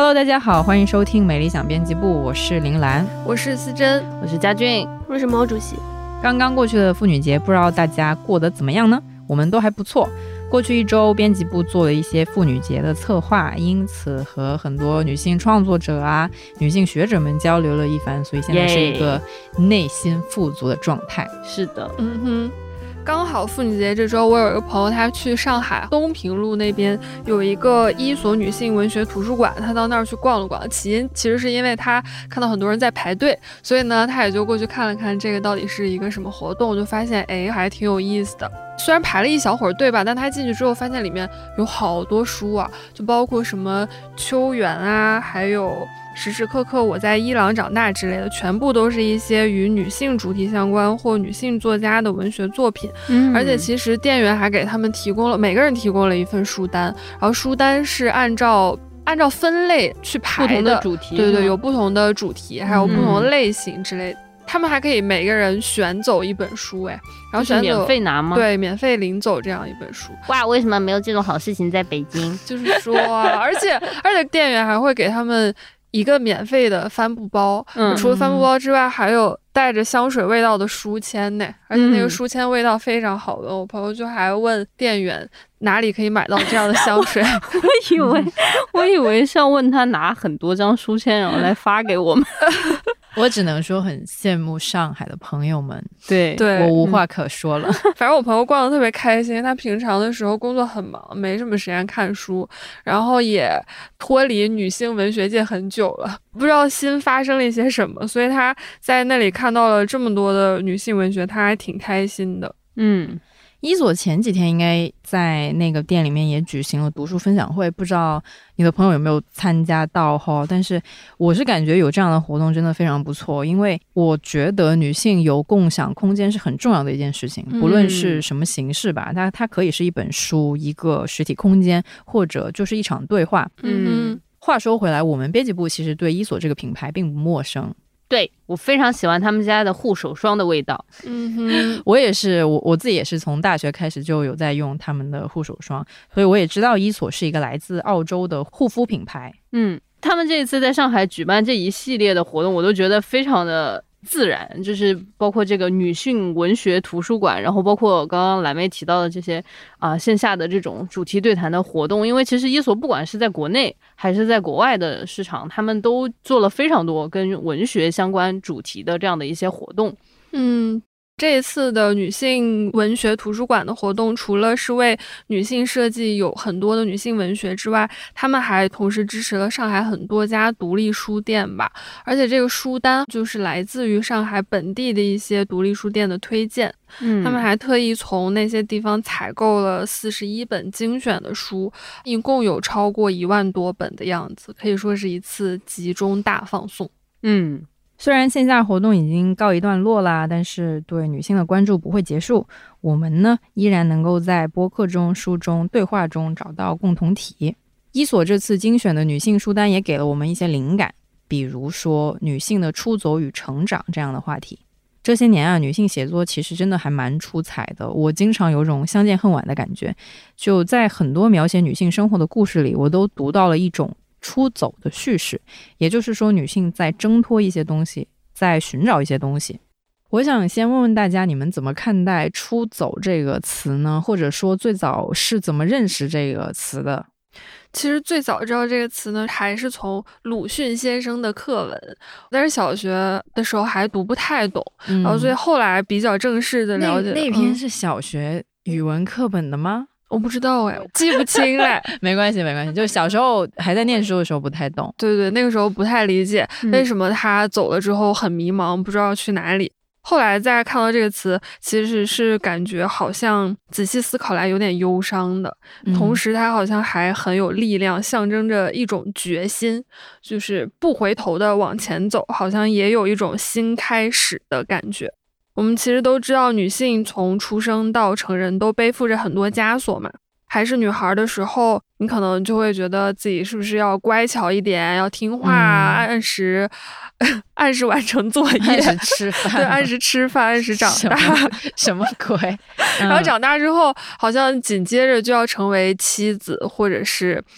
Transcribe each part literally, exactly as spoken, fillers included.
Hello， 大家好，欢迎收听美理想编辑部，我是林兰， 我是思珍， 我是佳俊， 我是毛主席。 刚刚过去的妇女节，不知道大家过得怎么样呢？我们都还不错。过去一周，编辑部做了一些妇女节的策划，因此和很多女性创作者啊、女性学者们交流了一番，所以现在是一个内心富足的状态。 是的， 嗯哼。刚好妇女节这周，我有一个朋友，他去上海东平路那边有一个伊索女性文学图书馆，他到那儿去逛了逛。起因其实是因为他看到很多人在排队，所以呢，他也就过去看了看这个到底是一个什么活动，就发现哎，还挺有意思的。虽然排了一小会儿队吧，但他进去之后发现里面有好多书啊，就包括什么秋园啊，还有时时刻刻我在伊朗长大之类的，全部都是一些与女性主题相关或女性作家的文学作品。嗯，而且其实店员还给他们提供了，每个人提供了一份书单，然后书单是按照按照分类去排的， 不同的主题， 对对，有不同的主题，还有不同的类型之类的。嗯，他们还可以每个人选走一本书，哎，然后选走免费拿吗？ 对，免费领走这样一本书。 哇，为什么没有这种好事情在北京？ 就是说啊，而且而且店员还会给他们一个免费的帆布包，嗯，除了帆布包之外，还有带着香水味道的书签呢，而且那个书签味道非常好的。嗯，我朋友就还问店员哪里可以买到这样的香水。 我以为我以为是要问他拿很多张书签然后来发给我们。 我只能说很羡慕上海的朋友们， 对对， 我无话可说了。 嗯，反正我朋友逛得特别开心，他平常的时候工作很忙，没什么时间看书，然后也脱离女性文学界很久了，不知道新发生了一些什么，所以他在那里看到了这么多的女性文学，他还挺开心的。 嗯。 伊索前几天应该在那个店里面也举行了读书分享会，不知道你的朋友有没有参加到哈？但是我是感觉有这样的活动真的非常不错，因为我觉得女性有共享空间是很重要的一件事情，不论是什么形式吧，它它可以是一本书、一个实体空间，或者就是一场对话。 嗯， 话说回来，我们编辑部其实对伊索这个品牌并不陌生。 对，我非常喜欢他们家的护手霜的味道。 嗯哼， 我也是，我我自己也是从大学开始就有在用他们的护手霜，所以我也知道伊索是一个来自澳洲的护肤品牌。 嗯，他们这一次在上海举办这一系列的活动，我都觉得非常的自然，就是包括这个女性文学图书馆，然后包括刚刚蓝妹提到的这些啊、呃、线下的这种主题对谈的活动。因为其实伊索不管是在国内还是在国外的市场，他们都做了非常多跟文学相关主题的这样的一些活动。 嗯，这一次的女性文学图书馆的活动，除了是为女性设计有很多的女性文学之外，他们还同时支持了上海很多家独立书店吧，而且这个书单就是来自于上海本地的一些独立书店的推荐。嗯，他们还特意从那些地方采购了四十一本精选的书，一共有超过一万多本的样子，可以说是一次集中大放送。 嗯。 虽然线下活动已经告一段落啦，但是对女性的关注不会结束。我们呢，依然能够在播客中、书中、对话中找到共同体。伊索这次精选的女性书单也给了我们一些灵感，比如说女性的出走与成长这样的话题。这些年啊，女性写作其实真的还蛮出彩的，我经常有种相见恨晚的感觉。就在很多描写女性生活的故事里，我都读到了一种出走的叙事，也就是说女性在挣脱一些东西，在寻找一些东西。我想先问问大家，你们怎么看待出走这个词呢？或者说最早是怎么认识这个词的？ 其实最早知道这个词呢，还是从鲁迅先生的课文，但是小学的时候还读不太懂，嗯、然后所以后来比较正式的了解。 那, 那篇是小学语文课本的吗？ 我不知道哎，记不清嘞。 没关系没关系，就小时候还在念书的时候不太懂。 对对，那个时候不太理解、嗯、为什么他走了之后很迷茫，不知道去哪里。后来再看到这个词，其实是感觉好像仔细思考来有点忧伤的、嗯、同时它好像还很有力量，象征着一种决心，就是不回头的往前走，好像也有一种新开始的感觉。我们其实都知道，女性从出生到成人都背负着很多枷锁嘛。还是女孩的时候，你可能就会觉得自己是不是要乖巧一点，要听话、嗯、按时按时完成作业， 按时吃饭， 对，按时吃饭，按时长大， 什么, 什么鬼、嗯、 然后长大之后好像紧接着就要成为妻子，或者是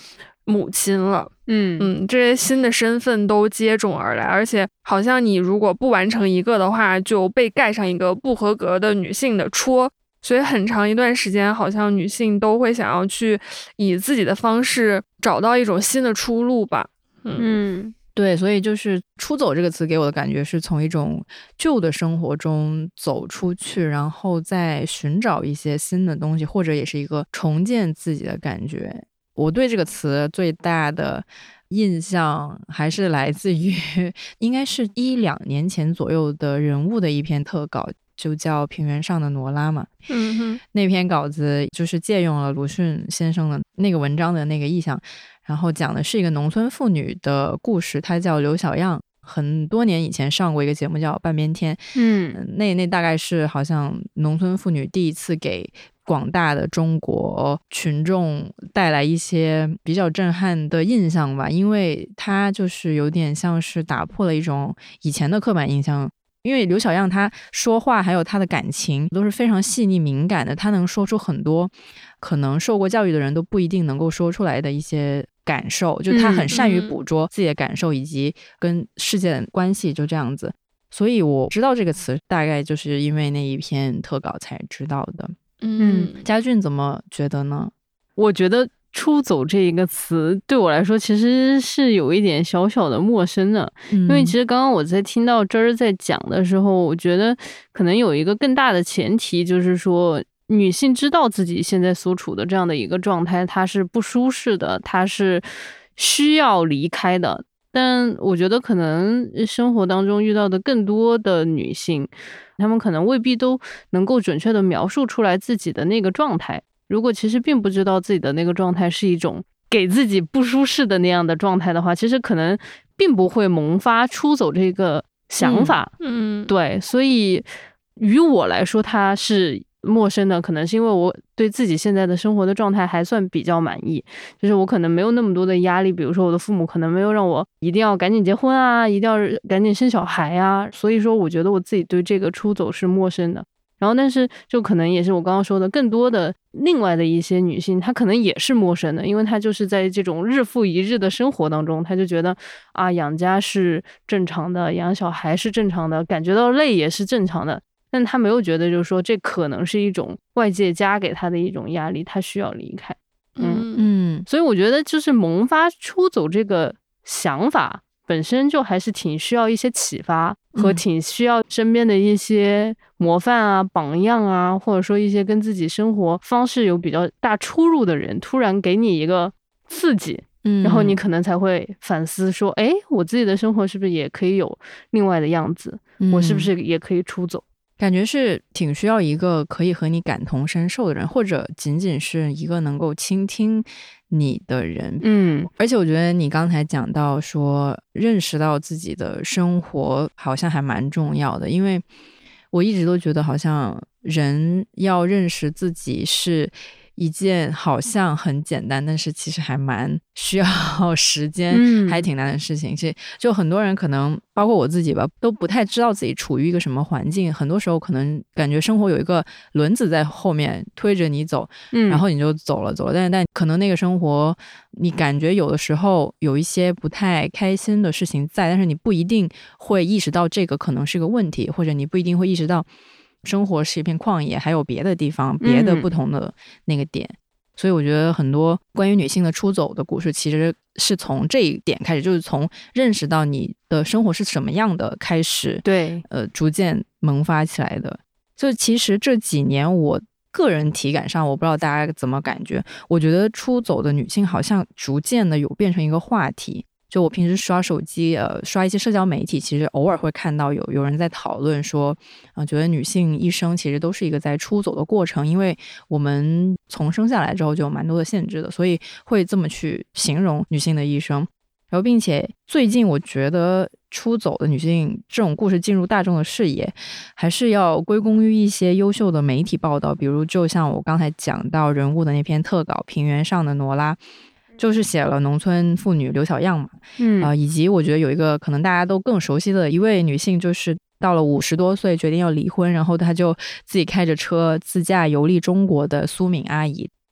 母亲了。 嗯嗯，这些新的身份都接踵而来，而且好像你如果不完成一个的话，就被盖上一个不合格的女性的戳。所以很长一段时间，好像女性都会想要去以自己的方式找到一种新的出路吧。嗯。 嗯对，所以就是出走这个词给我的感觉是从一种旧的生活中走出去，然后再寻找一些新的东西，或者也是一个重建自己的感觉。我对这个词最大的印象还是来自于应该是一两年前左右的人物的一篇特稿，就叫《平原上的挪拉》嘛。 嗯哼， 那篇稿子就是借用了鲁迅先生的那个文章的那个意象，然后讲的是一个农村妇女的故事，她叫刘小样，很多年以前上过一个节目叫《半边天》。 嗯， 那那大概是好像农村妇女第一次给广大的中国群众带来一些比较震撼的印象吧，因为她就是有点像是打破了一种以前的刻板印象。因为刘小样她说话还有她的感情都是非常细腻敏感的，她能说出很多可能受过教育的人都不一定能够说出来的一些感受，就她很善于捕捉自己的感受以及跟世界的关系，就这样子。所以我知道这个词大概就是因为那一篇特稿才知道的。 嗯， 家俊怎么觉得呢？ 我觉得出走这一个词对我来说其实是有一点小小的陌生的。 嗯、 因为其实刚刚我在听到这儿在讲的时候，我觉得可能有一个更大的前提，就是说女性知道自己现在所处的这样的一个状态，她是不舒适的，她是需要离开的。但我觉得可能生活当中遇到的更多的女性，她们可能未必都能够准确的描述出来自己的那个状态。如果其实并不知道自己的那个状态是一种给自己不舒适的那样的状态的话，其实可能并不会萌发出走这个想法。 嗯，嗯对，所以于我来说它是陌生的，可能是因为我对自己现在的生活的状态还算比较满意，就是我可能没有那么多的压力，比如说我的父母可能没有让我一定要赶紧结婚啊，一定要赶紧生小孩啊，所以说我觉得我自己对这个出走是陌生的。然后但是就可能也是我刚刚说的更多的另外的一些女性，她可能也是陌生的，因为她就是在这种日复一日的生活当中，她就觉得啊，养家是正常的，养小孩是正常的，感觉到累也是正常的，但她没有觉得就是说这可能是一种外界加给她的一种压力，她需要离开。嗯嗯， 所以我觉得就是萌发出走这个想法本身就还是挺需要一些启发和挺需要身边的一些模范啊、榜样啊，或者说一些跟自己生活方式有比较大出入的人突然给你一个刺激， 嗯， 然后你可能才会反思说，哎，我自己的生活是不是也可以有另外的样子， 嗯， 我是不是也可以出走。 感觉是挺需要一个可以和你感同身受的人，或者仅仅是一个能够倾听你的人。 嗯， 而且我觉得你刚才讲到说认识到自己的生活好像还蛮重要的，因为我一直都觉得好像人要认识自己是一件好像很简单，但是其实还蛮需要时间， 嗯， 还挺难的事情。是就很多人可能包括我自己吧，都不太知道自己处于一个什么环境，很多时候可能感觉生活有一个轮子在后面推着你走， 嗯， 然后你就走了走了，但但可能那个生活你感觉有的时候有一些不太开心的事情在，但是你不一定会意识到这个可能是个问题，或者你不一定会意识到生活是一片旷野，还有别的地方，别的不同的那个点。嗯，所以我觉得很多关于女性的出走的故事其实是从这一点开始，就是从认识到你的生活是什么样的开始， 对， 呃，逐渐萌发起来的。就其实这几年我个人体感上，我不知道大家怎么感觉，我觉得出走的女性好像逐渐的有变成一个话题。就我平时刷手机，呃，刷一些社交媒体，其实偶尔会看到有有人在讨论说，啊、呃，觉得女性一生其实都是一个在出走的过程，因为我们从生下来之后就有蛮多的限制的，所以会这么去形容女性的一生。然后，并且最近我觉得出走的女性这种故事进入大众的视野，还是要归功于一些优秀的媒体报道，比如就像我刚才讲到人物的那篇特稿《平原上的挪拉》。就是写了农村妇女刘小样嘛， 嗯啊、呃，以及我觉得有一个可能大家都更熟悉的一位女性，就是到了五十多岁决定要离婚，然后她就自己开着车自驾游历中国的苏敏阿姨。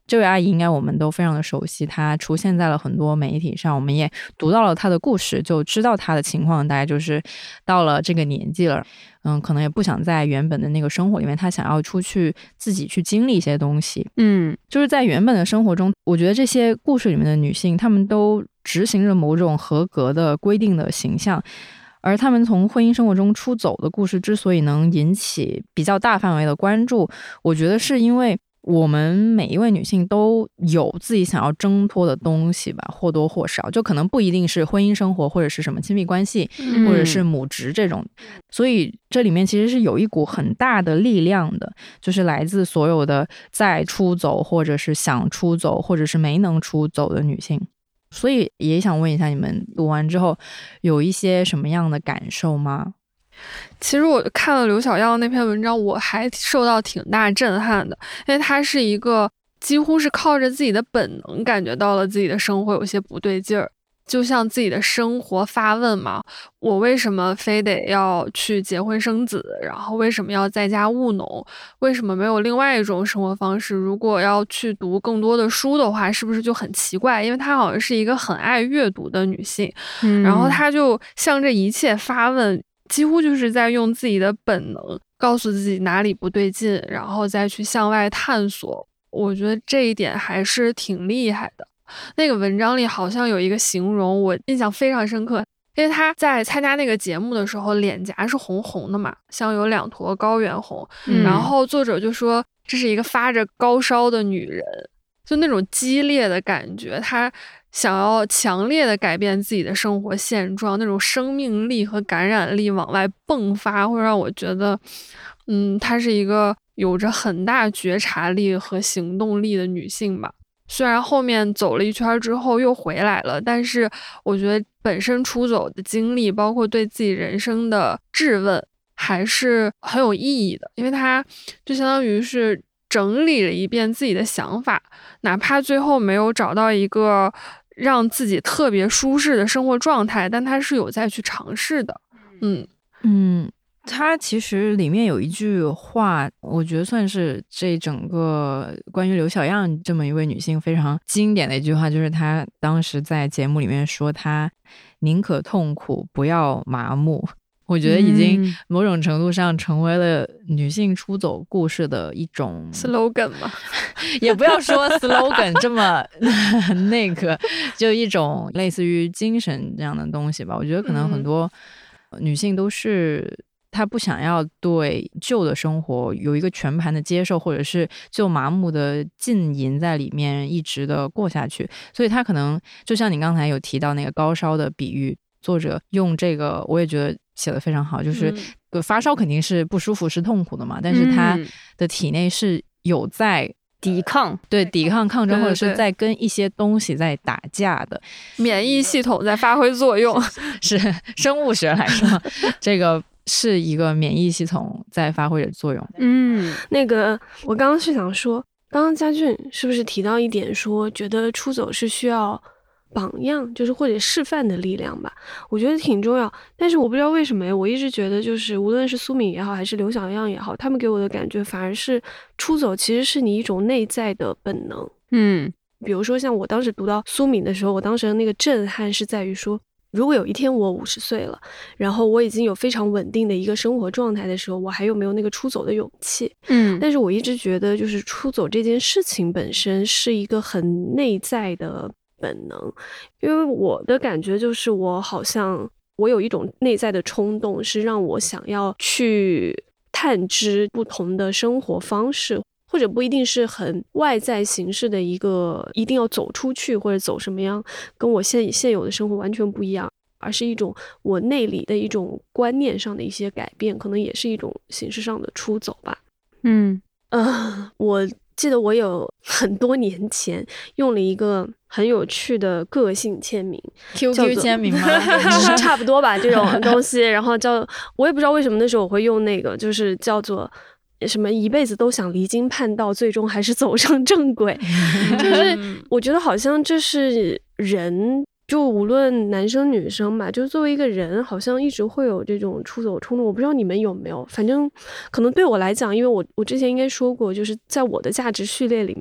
这位阿姨应该我们都非常的熟悉，她出现在了很多媒体上，我们也读到了她的故事，就知道她的情况大概就是到了这个年纪了，嗯，可能也不想在原本的那个生活里面，她想要出去自己去经历一些东西。 嗯， 就是在原本的生活中，我觉得这些故事里面的女性，她们都执行着某种合格的规定的形象，而她们从婚姻生活中出走的故事之所以能引起比较大范围的关注，我觉得是因为我们每一位女性都有自己想要挣脱的东西吧，或多或少，就可能不一定是婚姻生活或者是什么亲密关系、嗯、或者是母职这种，所以这里面其实是有一股很大的力量的，就是来自所有的在出走或者是想出走或者是没能出走的女性。所以也想问一下，你们读完之后有一些什么样的感受吗？ 其实我看了刘小样那篇文章，我还受到挺大震撼的，因为他是一个几乎是靠着自己的本能感觉到了自己的生活有些不对劲儿，就像自己的生活发问嘛，我为什么非得要去结婚生子，然后为什么要在家务农，为什么没有另外一种生活方式，如果要去读更多的书的话是不是就很奇怪，因为她好像是一个很爱阅读的女性、嗯、然后她就向这一切发问，几乎就是在用自己的本能告诉自己哪里不对劲，然后再去向外探索。我觉得这一点还是挺厉害的。那个文章里好像有一个形容我印象非常深刻，因为他在参加那个节目的时候脸颊是红红的嘛，像有两坨高原红、嗯、然后作者就说这是一个发着高烧的女人，就那种激烈的感觉，她想要强烈的改变自己的生活现状，那种生命力和感染力往外迸发，会让我觉得嗯，她是一个有着很大觉察力和行动力的女性吧。虽然后面走了一圈之后又回来了，但是我觉得本身出走的经历，包括对自己人生的质问，还是很有意义的，因为她就相当于是整理了一遍自己的想法，哪怕最后没有找到一个让自己特别舒适的生活状态，但他是有在去尝试的。嗯嗯，他其实里面有一句话，我觉得算是这整个关于刘小样这么一位女性非常经典的一句话，就是她当时在节目里面说她宁可痛苦不要麻木。我觉得已经某种程度上成为了女性出走故事的一种 slogan 嘛， 也不要说 slogan 这么那个，就一种类似于精神这样的东西吧。我觉得可能很多女性都是她不想要对旧的生活有一个全盘的接受，或者是就麻木的浸淫在里面一直的过下去，所以她可能就像你刚才有提到那个高烧的比喻，作者用这个我也觉得写得非常好，就是发烧肯定是不舒服是痛苦的嘛，但是他的体内是有在抵抗， 对抵抗抗争，或者是在跟一些东西在打架的， 免疫系统在发挥作用是生物学来说这个是一个免疫系统在发挥的作用。 嗯，那个我刚刚是想说，刚刚家俊是不是提到一点说觉得出走是需要榜样，就是或者示范的力量吧，我觉得挺重要。但是我不知道为什么我一直觉得就是无论是苏敏也好还是刘小样也好，他们给我的感觉反而是出走其实是你一种内在的本能。 嗯， 比如说像我当时读到苏敏的时候，我当时的那个震撼是在于说，如果有一天我五十岁了，然后我已经有非常稳定的一个生活状态的时候，我还有没有那个出走的勇气？ 嗯， 但是我一直觉得就是出走这件事情本身是一个很内在的本能，因为我的感觉就是我好像我有一种内在的冲动，是让我想要去探知不同的生活方式，或者不一定是很外在形式的一个一定要走出去或者走什么样跟我现现有的生活完全不一样，而是一种我内里的一种观念上的一些改变，可能也是一种形式上的出走吧。 嗯呃，我记得我有很多年前用了一个很有趣的个性签名 Q Q 签名吗？ 差不多吧，这种东西。然后叫我也不知道为什么那时候我会用那个，就是叫做什么一辈子都想离经叛道，最终还是走上正轨。就是我觉得好像这是人，就无论男生女生吧，就作为一个人好像一直会有这种出走冲动。我不知道你们有没有，反正可能对我来讲，因为我我之前应该说过，就是在我的价值序列里面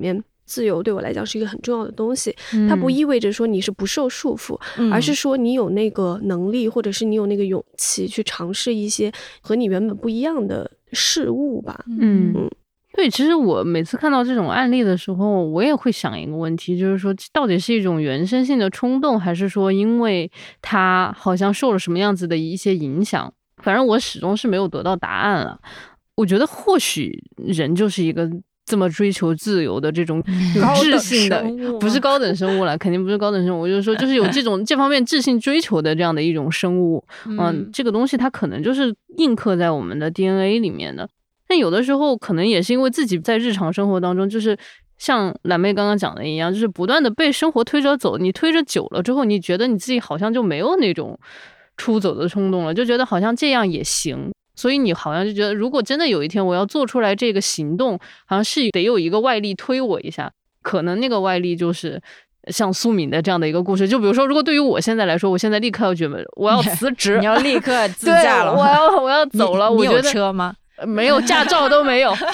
自由对我来讲是一个很重要的东西， 嗯、 它不意味着说你是不受束缚、嗯、而是说你有那个能力或者是你有那个勇气去尝试一些和你原本不一样的事物吧。 嗯嗯，对，其实我每次看到这种案例的时候，我也会想一个问题，就是说到底是一种原生性的冲动，还是说因为他好像受了什么样子的一些影响，反正我始终是没有得到答案了。我觉得或许人就是一个这么追求自由的这种有智性的，不是高等生物了，肯定不是高等生物，我就是说就是有这种这方面智性追求的这样的一种生物，嗯、呃，这个东西它可能就是印刻在我们的 D N A 里面的。但有的时候可能也是因为自己在日常生活当中，就是像蓝妹刚刚讲的一样，就是不断的被生活推着走，你推着久了之后，你觉得你自己好像就没有那种出走的冲动了，就觉得好像这样也行。所以你好像就觉得，如果真的有一天我要做出来这个行动，好像是得有一个外力推我一下，可能那个外力就是像苏敏的这样的一个故事。就比如说，如果对于我现在来说，我现在立刻要觉得我要辞职， 你要立刻自驾了， 我要我要走了。 你, 我觉得你有车吗？ 没有，驾照都没有。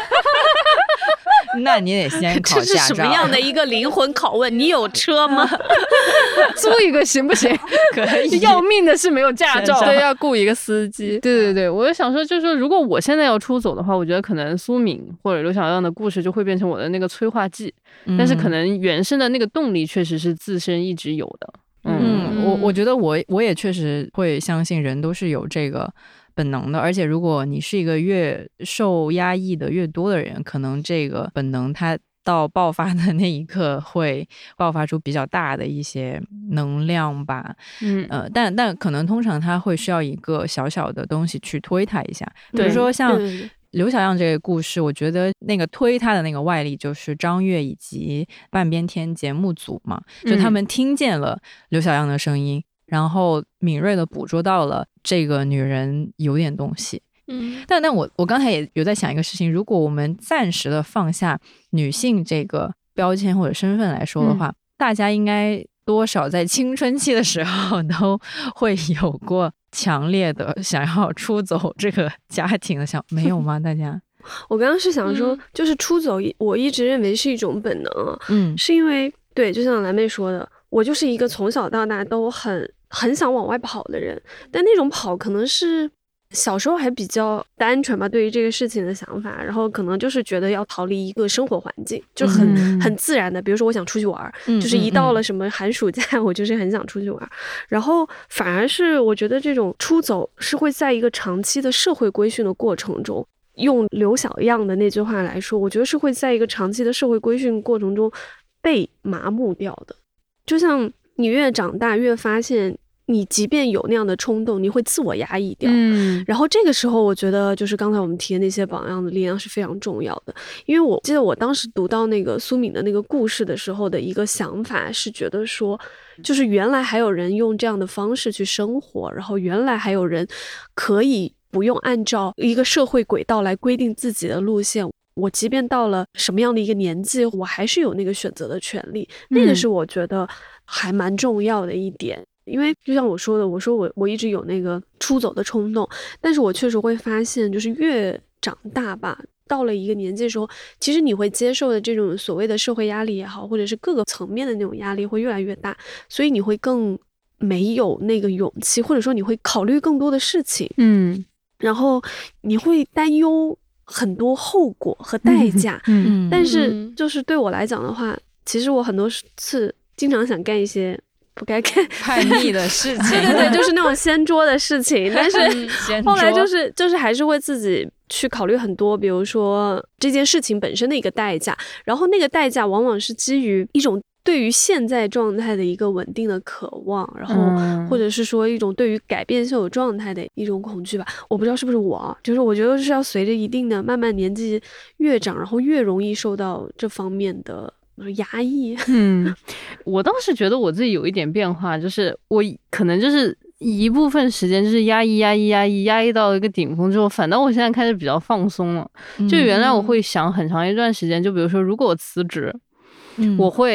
那你得先考驾照。 这是什么样的一个灵魂拷问？你有车吗？ 租一个行不行？ 可以。 要命的是没有驾照， 对，要雇一个司机。 对对对，我就想说，就是说，如果我现在要出走的话，我觉得可能苏敏或者刘小样的故事就会变成我的那个催化剂，嗯、但是可能原生的那个动力确实是自身一直有的。 嗯，嗯我我觉得我我也确实会相信人都是有这个本能的，而且如果你是一个越受压抑的越多的人，可能这个本能它到爆发的那一刻会爆发出比较大的一些能量吧。嗯呃，但但可能通常它会需要一个小小的东西去推它一下，比如说像刘小样这个故事，我觉得那个推他的那个外力就是张悦以及半边天节目组嘛，就他们听见了刘小样的声音，嗯、然后敏锐的捕捉到了这个女人有点东西。嗯，但但我我刚才也有在想一个事情，如果我们暂时的放下女性这个标签或者身份来说的话，嗯、大家应该多少在青春期的时候都会有过强烈的想要出走这个家庭的想，没有吗？大家？ 我刚刚是想说，就是出走，我一直认为是一种本能啊，嗯，是因为对，就像蓝妹说的，我就是一个从小到大都很很想往外跑的人，但那种跑可能是小时候还比较单纯吧，对于这个事情的想法，然后可能就是觉得要逃离一个生活环境，就很、嗯、很自然的，比如说我想出去玩、嗯、就是一到了什么寒暑假、嗯、我就是很想出去玩，然后反而是我觉得这种出走是会在一个长期的社会规训的过程中，用刘小样的那句话来说，我觉得是会在一个长期的社会规训过程中被麻木掉的。就像你越长大越发现你即便有那样的冲动，你会自我压抑掉。嗯，然后这个时候我觉得就是刚才我们提的那些榜样的力量是非常重要的。因为我记得我当时读到那个苏敏的那个故事的时候的一个想法是觉得说，就是原来还有人用这样的方式去生活，然后原来还有人可以不用按照一个社会轨道来规定自己的路线，我即便到了什么样的一个年纪，我还是有那个选择的权利。嗯，那个是我觉得还蛮重要的一点。因为就像我说的，我说我我一直有那个出走的冲动，但是我确实会发现，就是越长大吧，到了一个年纪的时候，其实你会接受的这种所谓的社会压力也好，或者是各个层面的那种压力会越来越大，所以你会更没有那个勇气，或者说你会考虑更多的事情，嗯，然后你会担忧很多后果和代价，嗯，但是就是对我来讲的话，其实我很多次经常想干一些不该干叛逆的事情， 对对对，就是那种掀桌的事情，但是后来就是就是还是会自己去考虑很多，比如说这件事情本身的一个代价，然后那个代价往往是基于一种对于现在状态的一个稳定的渴望，然后或者是说一种对于改变现有状态的一种恐惧吧。我不知道是不是我，就是我觉得是要随着一定的慢慢年纪越长，然后越容易受到这方面的压抑。 嗯，我倒是觉得我自己有一点变化，就是我可能就是一部分时间就是压抑压抑压抑压抑到一个顶峰之后，反倒我现在开始比较放松了。就原来我会想很长一段时间，就比如说如果我辞职，嗯，我会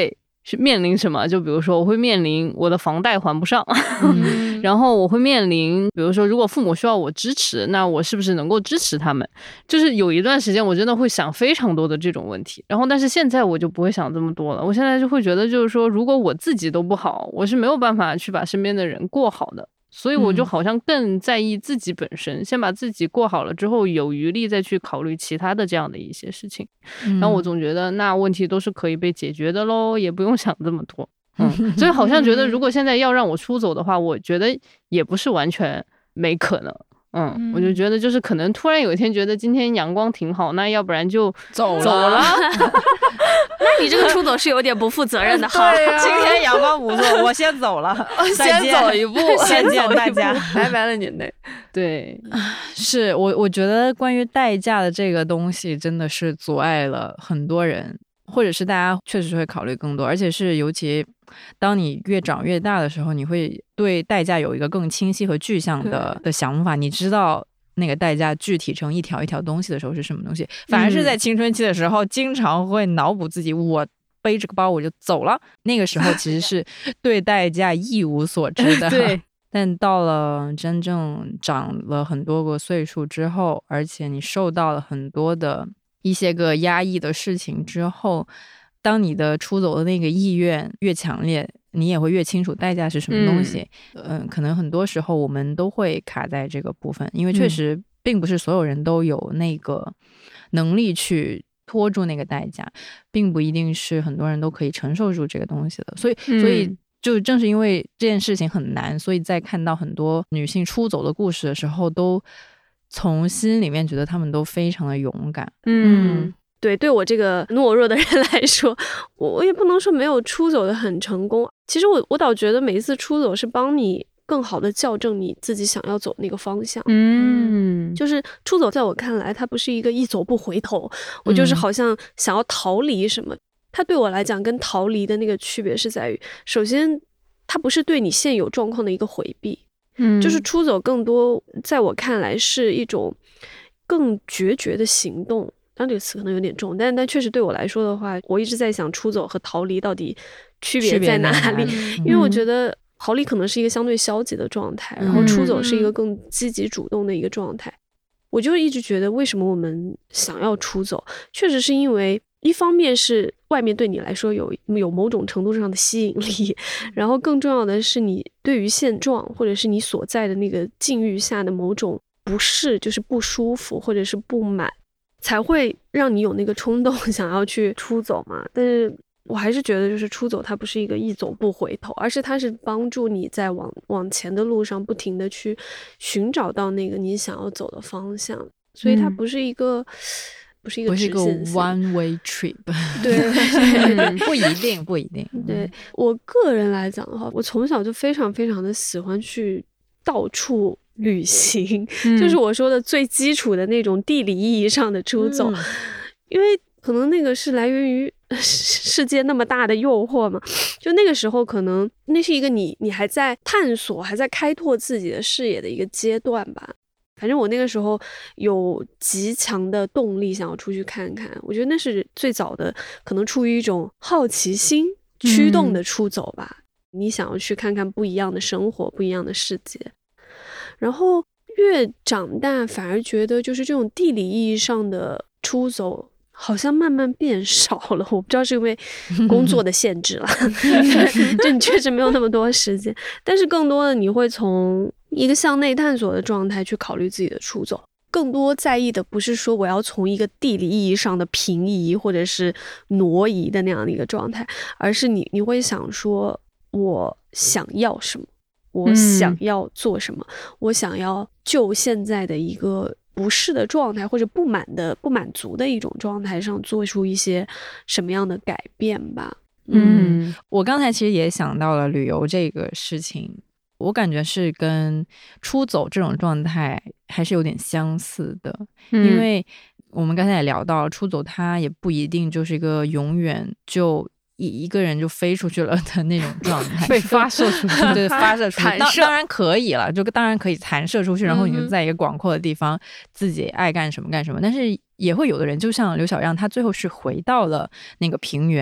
去面临什么，就比如说我会面临我的房贷还不上， 嗯然后我会面临比如说如果父母需要我支持，那我是不是能够支持他们，就是有一段时间我真的会想非常多的这种问题，然后但是现在我就不会想这么多了，我现在就会觉得就是说如果我自己都不好，我是没有办法去把身边的人过好的，所以我就好像更在意自己本身、嗯、先把自己过好了之后有余力再去考虑其他的这样的一些事情、嗯、然后我总觉得那问题都是可以被解决的咯，也不用想这么多。嗯，所以好像觉得如果现在要让我出走的话，我觉得也不是完全没可能。嗯，嗯我就觉得就是可能突然有一天觉得今天阳光挺好，那要不然就走了。 走了那你这个出走是有点不负责任的哈。 对啊、今天阳光不错，我先走了， 先走一步， 先见大家， 拜拜了您嘞。 对， 是我我觉得关于代价的这个东西真的是阻碍了很多人，或者是大家确实会考虑更多，而且是尤其当你越长越大的时候，你会对代价有一个更清晰和具象的的想法，你知道那个代价具体成一条一条东西的时候是什么东西。反而是在青春期的时候、嗯、经常会脑补自己我背这个包我就走了，那个时候其实是对代价一无所知的对， 但到了真正长了很多个岁数之后，而且你受到了很多的一些个压抑的事情之后，当你的出走的那个意愿越强烈，你也会越清楚代价是什么东西。嗯、呃，可能很多时候我们都会卡在这个部分，因为确实并不是所有人都有那个能力去拖住那个代价，并不一定是很多人都可以承受住这个东西的。所以，所以就正是因为这件事情很难，所以在看到很多女性出走的故事的时候，都从心里面觉得她们都非常的勇敢。 嗯。 对，对我这个懦弱的人来说，我我也不能说没有出走的很成功。其实我我倒觉得每一次出走是帮你更好的校正你自己想要走那个方向。 嗯， 就是出走在我看来，它不是一个一走不回头，我就是好像想要逃离什么。它对我来讲跟逃离的那个区别是在于，首先它不是对你现有状况的一个回避， 嗯， 就是出走更多在我看来是一种更决绝的行动。当然这个词可能有点重，但但确实对我来说的话，我一直在想出走和逃离到底区别在哪里？因为我觉得逃离可能是一个相对消极的状态，然后出走是一个更积极主动的一个状态。我就一直觉得为什么我们想要出走，确实是因为一方面是外面对你来说有有某种程度上的吸引力，然后更重要的是你对于现状或者是你所在的那个境遇下的某种不适，就是不舒服或者是不满，才会让你有那个冲动想要去出走嘛。但是我还是觉得就是出走它不是一个一走不回头，而是它是帮助你在往往前的路上不停的去寻找到那个你想要走的方向，所以它不是一个、嗯、不是一个直线性， 不是一个 one way trip 对不一定不一定。 对我个人来讲的话，我从小就非常非常的喜欢去到处旅行、嗯、就是我说的最基础的那种地理意义上的出走、嗯、因为可能那个是来源于世界那么大的诱惑嘛，就那个时候可能那是一个你你还在探索还在开拓自己的视野的一个阶段吧。反正我那个时候有极强的动力想要出去看看，我觉得那是最早的可能出于一种好奇心驱动的出走吧、嗯、你想要去看看不一样的生活不一样的世界。然后越长大反而觉得就是这种地理意义上的出走好像慢慢变少了，我不知道是因为工作的限制了就你确实没有那么多时间，但是更多的你会从一个向内探索的状态去考虑自己的出走，更多在意的不是说我要从一个地理意义上的平移或者是挪移的那样的一个状态，而是你你会想说我想要什么，我想要做什么、嗯、我想要就现在的一个不适的状态或者不满的不满足的一种状态上做出一些什么样的改变吧。 嗯，我刚才其实也想到了旅游这个事情，我感觉是跟出走这种状态还是有点相似的、嗯、因为我们刚才也聊到出走它也不一定就是一个永远就一一个人就飞出去了的那种状态被发射出去对发射出去当, 当然可以了，就当然可以弹射出去，然后你就在一个广阔的地方、嗯、自己爱干什么干什么，但是也会有的人就像刘小样，他最后是回到了那个平原，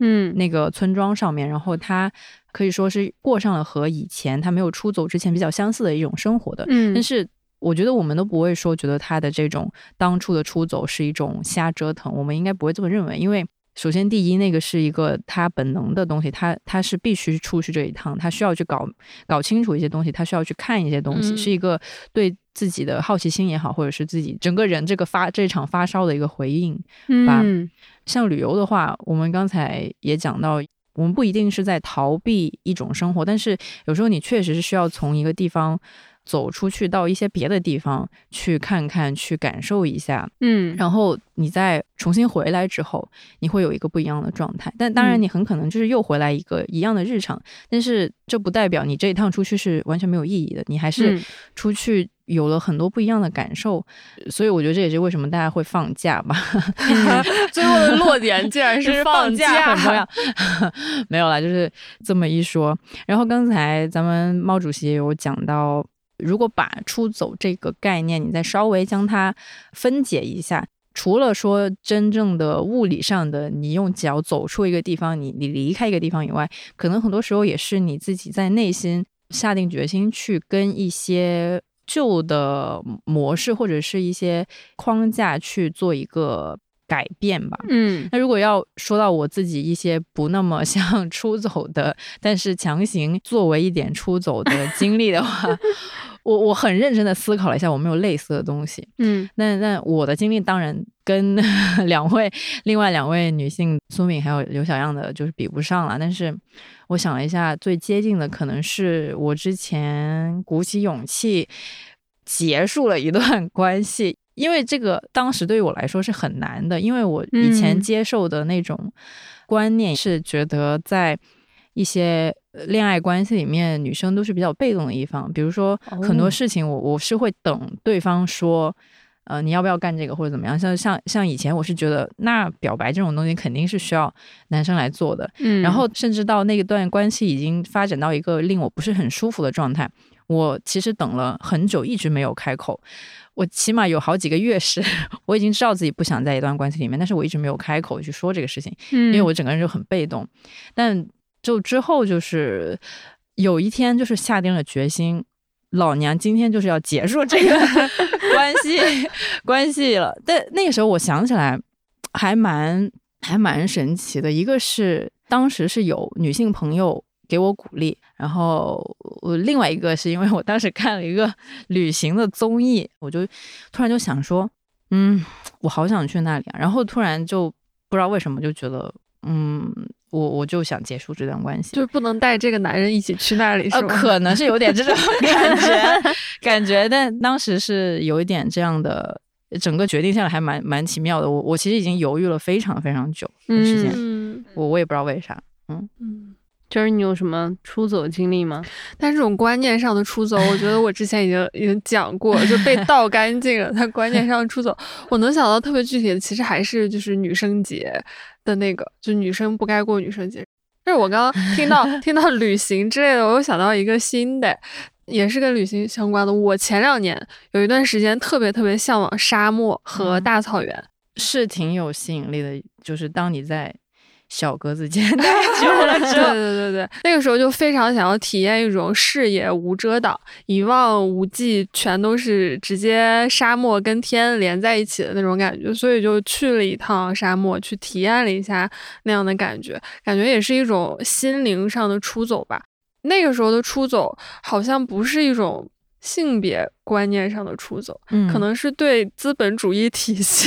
嗯那个村庄上面，然后他可以说是过上了和以前他没有出走之前比较相似的一种生活的。 嗯， 但是我觉得我们都不会说觉得他的这种当初的出走是一种瞎折腾，我们应该不会这么认为。因为首先第一，那个是一个他本能的东西，他他是必须出去这一趟，他需要去搞搞清楚一些东西，他需要去看一些东西、 嗯、 是一个对自己的好奇心也好，或者是自己整个人这个发这场发烧的一个回应吧。 嗯， 像旅游的话，我们刚才也讲到，我们不一定是在逃避一种生活，但是有时候你确实是需要从一个地方走出去到一些别的地方去看看，去感受一下， 嗯， 然后你再重新回来之后，你会有一个不一样的状态。但当然你很可能就是又回来一个一样的日常、嗯、但是这不代表你这一趟出去是完全没有意义的，你还是出去有了很多不一样的感受、嗯、所以我觉得这也是为什么大家会放假吧、 嗯、最后的落点竟然是放假很重要没有啦，就是这么一说。然后刚才咱们毛主席也有讲到，如果把出走这个概念你再稍微将它分解一下，除了说真正的物理上的你用脚走出一个地方，你你离开一个地方以外，可能很多时候也是你自己在内心下定决心去跟一些旧的模式或者是一些框架去做一个改变吧。 嗯， 那如果要说到我自己一些不那么像出走的，但是强行作为一点出走的经历的话我我很认真的思考了一下，我没有类似的东西。 嗯， 那那我的经历当然跟两位另外两位女性苏敏还有刘小样的就是比不上了，但是我想了一下，最接近的可能是我之前鼓起勇气结束了一段关系。因为这个当时对于我来说是很难的，因为我以前接受的那种观念是觉得在一些恋爱关系里面女生都是比较被动的一方，比如说很多事情我我是会等对方说呃，你要不要干这个或者怎么样。像像像以前我是觉得那表白这种东西肯定是需要男生来做的、嗯、然后甚至到那个段关系已经发展到一个令我不是很舒服的状态，我其实等了很久一直没有开口，我起码有好几个月是我已经知道自己不想在一段关系里面，但是我一直没有开口去说这个事情、嗯、因为我整个人就很被动。但就之后就是有一天就是下定了决心，老娘今天就是要结束这个关系关系了。但那个时候我想起来还蛮还蛮神奇的，一个是当时是有女性朋友给我鼓励，然后我另外一个是因为我当时看了一个旅行的综艺，我就突然就想说嗯我好想去那里啊，然后突然就不知道为什么就觉得嗯我我就想结束这段关系， 就是不能带这个男人一起去那里是吗、 呃、可能是有点这种感觉感觉但当时是有一点这样的，整个决定下来还蛮蛮奇妙的。我我其实已经犹豫了非常非常久的时间、嗯、我我也不知道为啥。嗯嗯，就是你有什么出走经历吗？ 但这种观念上的出走我觉得我之前已经已经讲过，就被盗干净了。他观念上的出走我能想到特别具体的其实还是就是女生节的那个，就女生不该过女生节。但是我刚刚听到听到旅行之类的，我又想到一个新的也是跟旅行相关的。我前两年有一段时间特别特别向往沙漠和大草原、嗯、 是挺有吸引力的，就是当你在小格子间待久了之后对对对对，那个时候就非常想要体验一种视野无遮挡、一望无际，全都是直接沙漠跟天连在一起的那种感觉，所以就去了一趟沙漠，去体验了一下那样的感觉，感觉也是一种心灵上的出走吧。那个时候的出走好像不是一种性别观念上的出走、嗯、可能是对资本主义体系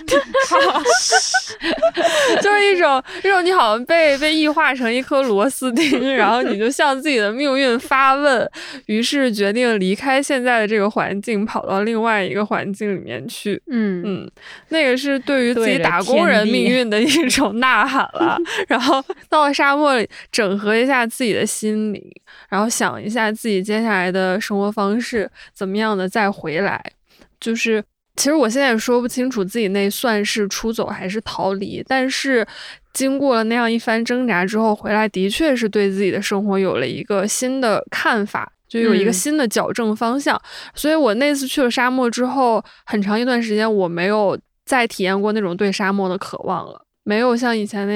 就是一种一种你好像被被异化成一颗螺丝钉，然后你就向自己的命运发问，于是决定离开现在的这个环境，跑到另外一个环境里面去。嗯嗯，那个是对于自己打工人命运的一种呐喊了。然后到了沙漠里整合一下自己的心灵，然后想一下自己接下来的生活方式怎么样的再回来。就是其实我现在也说不清楚自己那算是出走还是逃离，但是经过了那样一番挣扎之后回来，的确是对自己的生活有了一个新的看法，就有一个新的矫正方向、嗯、所以我那次去了沙漠之后，很长一段时间我没有再体验过那种对沙漠的渴望了，没有像以前那样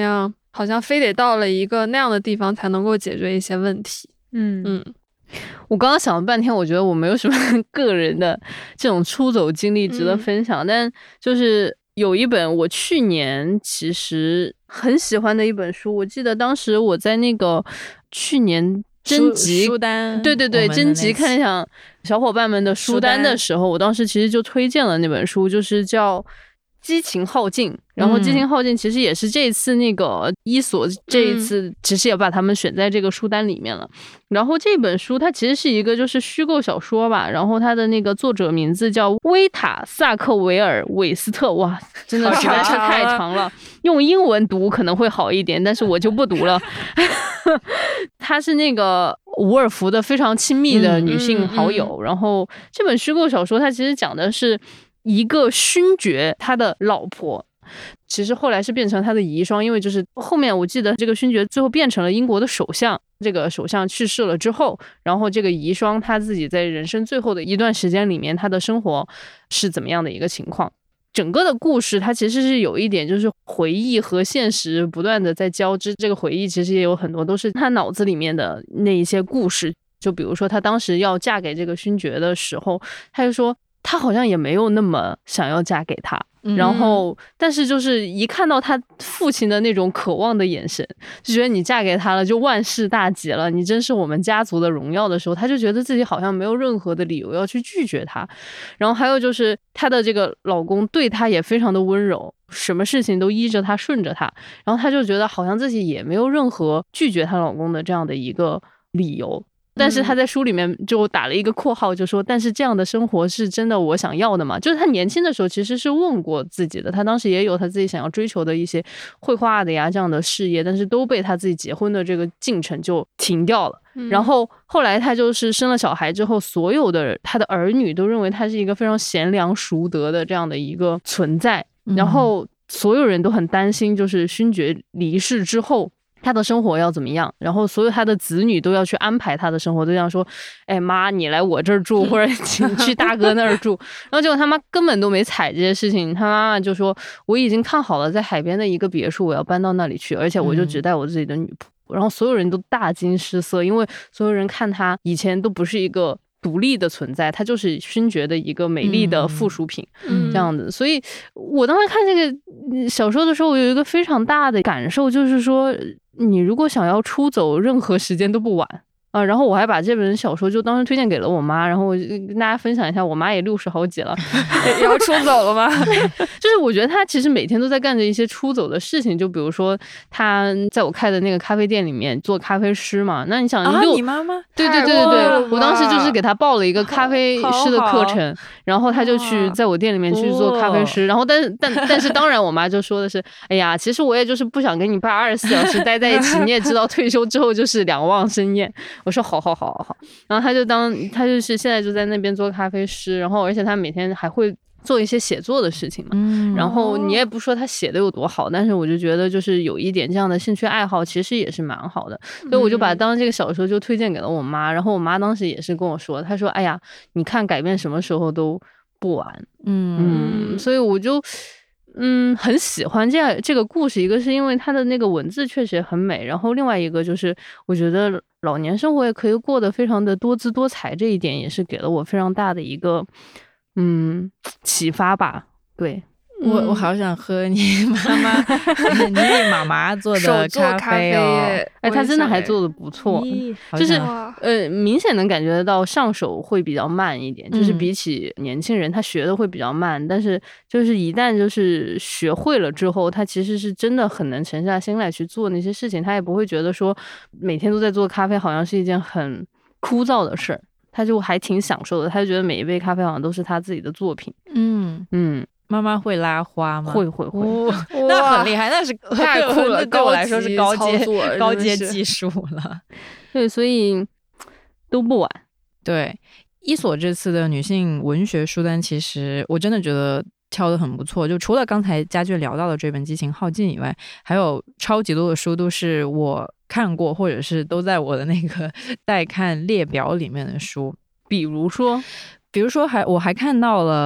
好像非得到了一个那样的地方才能够解决一些问题。 嗯嗯， 我刚刚想了半天，我觉得我没有什么个人的这种出走经历值得分享，嗯、但就是有一本我去年其实很喜欢的一本书，我记得当时我在那个去年征集书单， 对对对，征集看一下小伙伴们的书单的时候，我当时其实就推荐了那本书，就是叫激情耗尽。然后激情耗尽其实也是这一次那个伊索这一次其实也把他们选在这个书单里面了。然后这本书它其实是一个就是虚构小说吧，然后它的那个作者名字叫威塔萨克维尔韦斯特，哇，真的实在是太长了，用英文读可能会好一点，但是我就不读了。他是那个伍尔夫的非常亲密的女性好友，嗯嗯嗯、然后这本虚构小说它其实讲的是一个勋爵他的老婆，其实后来是变成他的遗孀，因为就是后面我记得这个勋爵最后变成了英国的首相，这个首相去世了之后，然后这个遗孀他自己在人生最后的一段时间里面他的生活是怎么样的一个情况。整个的故事它其实是有一点就是回忆和现实不断的在交织，这个回忆其实也有很多都是他脑子里面的那一些故事，就比如说他当时要嫁给这个勋爵的时候，他就说他好像也没有那么想要嫁给他，然后但是就是一看到他父亲的那种渴望的眼神，就觉得你嫁给他了就万事大吉了，你真是我们家族的荣耀的时候，他就觉得自己好像没有任何的理由要去拒绝他。然后还有就是他的这个老公对他也非常的温柔，什么事情都依着他顺着他，然后他就觉得好像自己也没有任何拒绝她老公的这样的一个理由。但是他在书里面就打了一个括号，就说但是这样的生活是真的我想要的吗？就是他年轻的时候其实是问过自己的，他当时也有他自己想要追求的一些绘画的呀这样的事业，但是都被他自己结婚的这个进程就停掉了。然后后来他就是生了小孩之后，所有的他的儿女都认为他是一个非常贤良淑德的这样的一个存在，然后所有人都很担心就是勋爵离世之后他的生活要怎么样，然后所有他的子女都要去安排他的生活，都这样说，哎妈你来我这儿住，或者请去大哥那儿住。然后结果他妈根本都没踩这些事情，他妈妈就说我已经看好了在海边的一个别墅，我要搬到那里去，而且我就只带我自己的女仆。嗯、然后所有人都大惊失色，因为所有人看他以前都不是一个独立的存在，它就是勋爵的一个美丽的附属品、嗯、这样子。所以我当时看这个小说的时候，我有一个非常大的感受，就是说你如果想要出走，任何时间都不晚啊。然后我还把这本小说就当时推荐给了我妈，然后我就跟大家分享一下，我妈也六十好几了也要出走了吗？ 就是我觉得她其实每天都在干着一些出走的事情，就比如说她在我开的那个咖啡店里面做咖啡师嘛。那你想啊，你妈妈？ 对对对对对，我当时就是给她报了一个咖啡师的课程，然后她就去在我店里面去做咖啡师。然后但是但但是当然我妈就说的是，哎呀，其实我也就是不想跟你爸二十四小时待在一起，你也知道退休之后就是两忘生厌。我说好好好好好，然后他就当他就是现在就在那边做咖啡师，然后而且他每天还会做一些写作的事情嘛。嗯，然后你也不说他写的有多好，但是我就觉得就是有一点这样的兴趣爱好，其实也是蛮好的。所以我就把当这个小说就推荐给了我妈，然后我妈当时也是跟我说，她说：“哎呀，你看改变什么时候都不晚。”嗯嗯，所以我就。嗯，很喜欢这样这个故事，一个是因为它的那个文字确实很美，然后另外一个就是我觉得老年生活也可以过得非常的多姿多彩，这一点也是给了我非常大的一个嗯启发吧。对， 我我好想喝你妈妈你妈妈做的咖啡哦， 哎，她真的还做的不错，就是呃明显能感觉到上手会比较慢一点，就是比起年轻人他学的会比较慢，但是就是一旦就是学会了之后，他其实是真的很能沉下心来去做那些事情，他也不会觉得说每天都在做咖啡好像是一件很枯燥的事儿，他就还挺享受的，他就觉得每一杯咖啡好像都是他自己的作品。嗯嗯。 妈妈会拉花吗？ 会会会、 哦，那很厉害，那是太酷了， 对我来说是高阶高阶技技术了。 对，所以都不晚。 对，伊索这次的女性文学书单，其实我真的觉得挑得很不错。就除了刚才家俊聊到的这本《激情耗尽》以外，还有超级多的书都是我看过，或者是都在我的那个待看列表里面的书。 比如说， 比如说还我还看到了。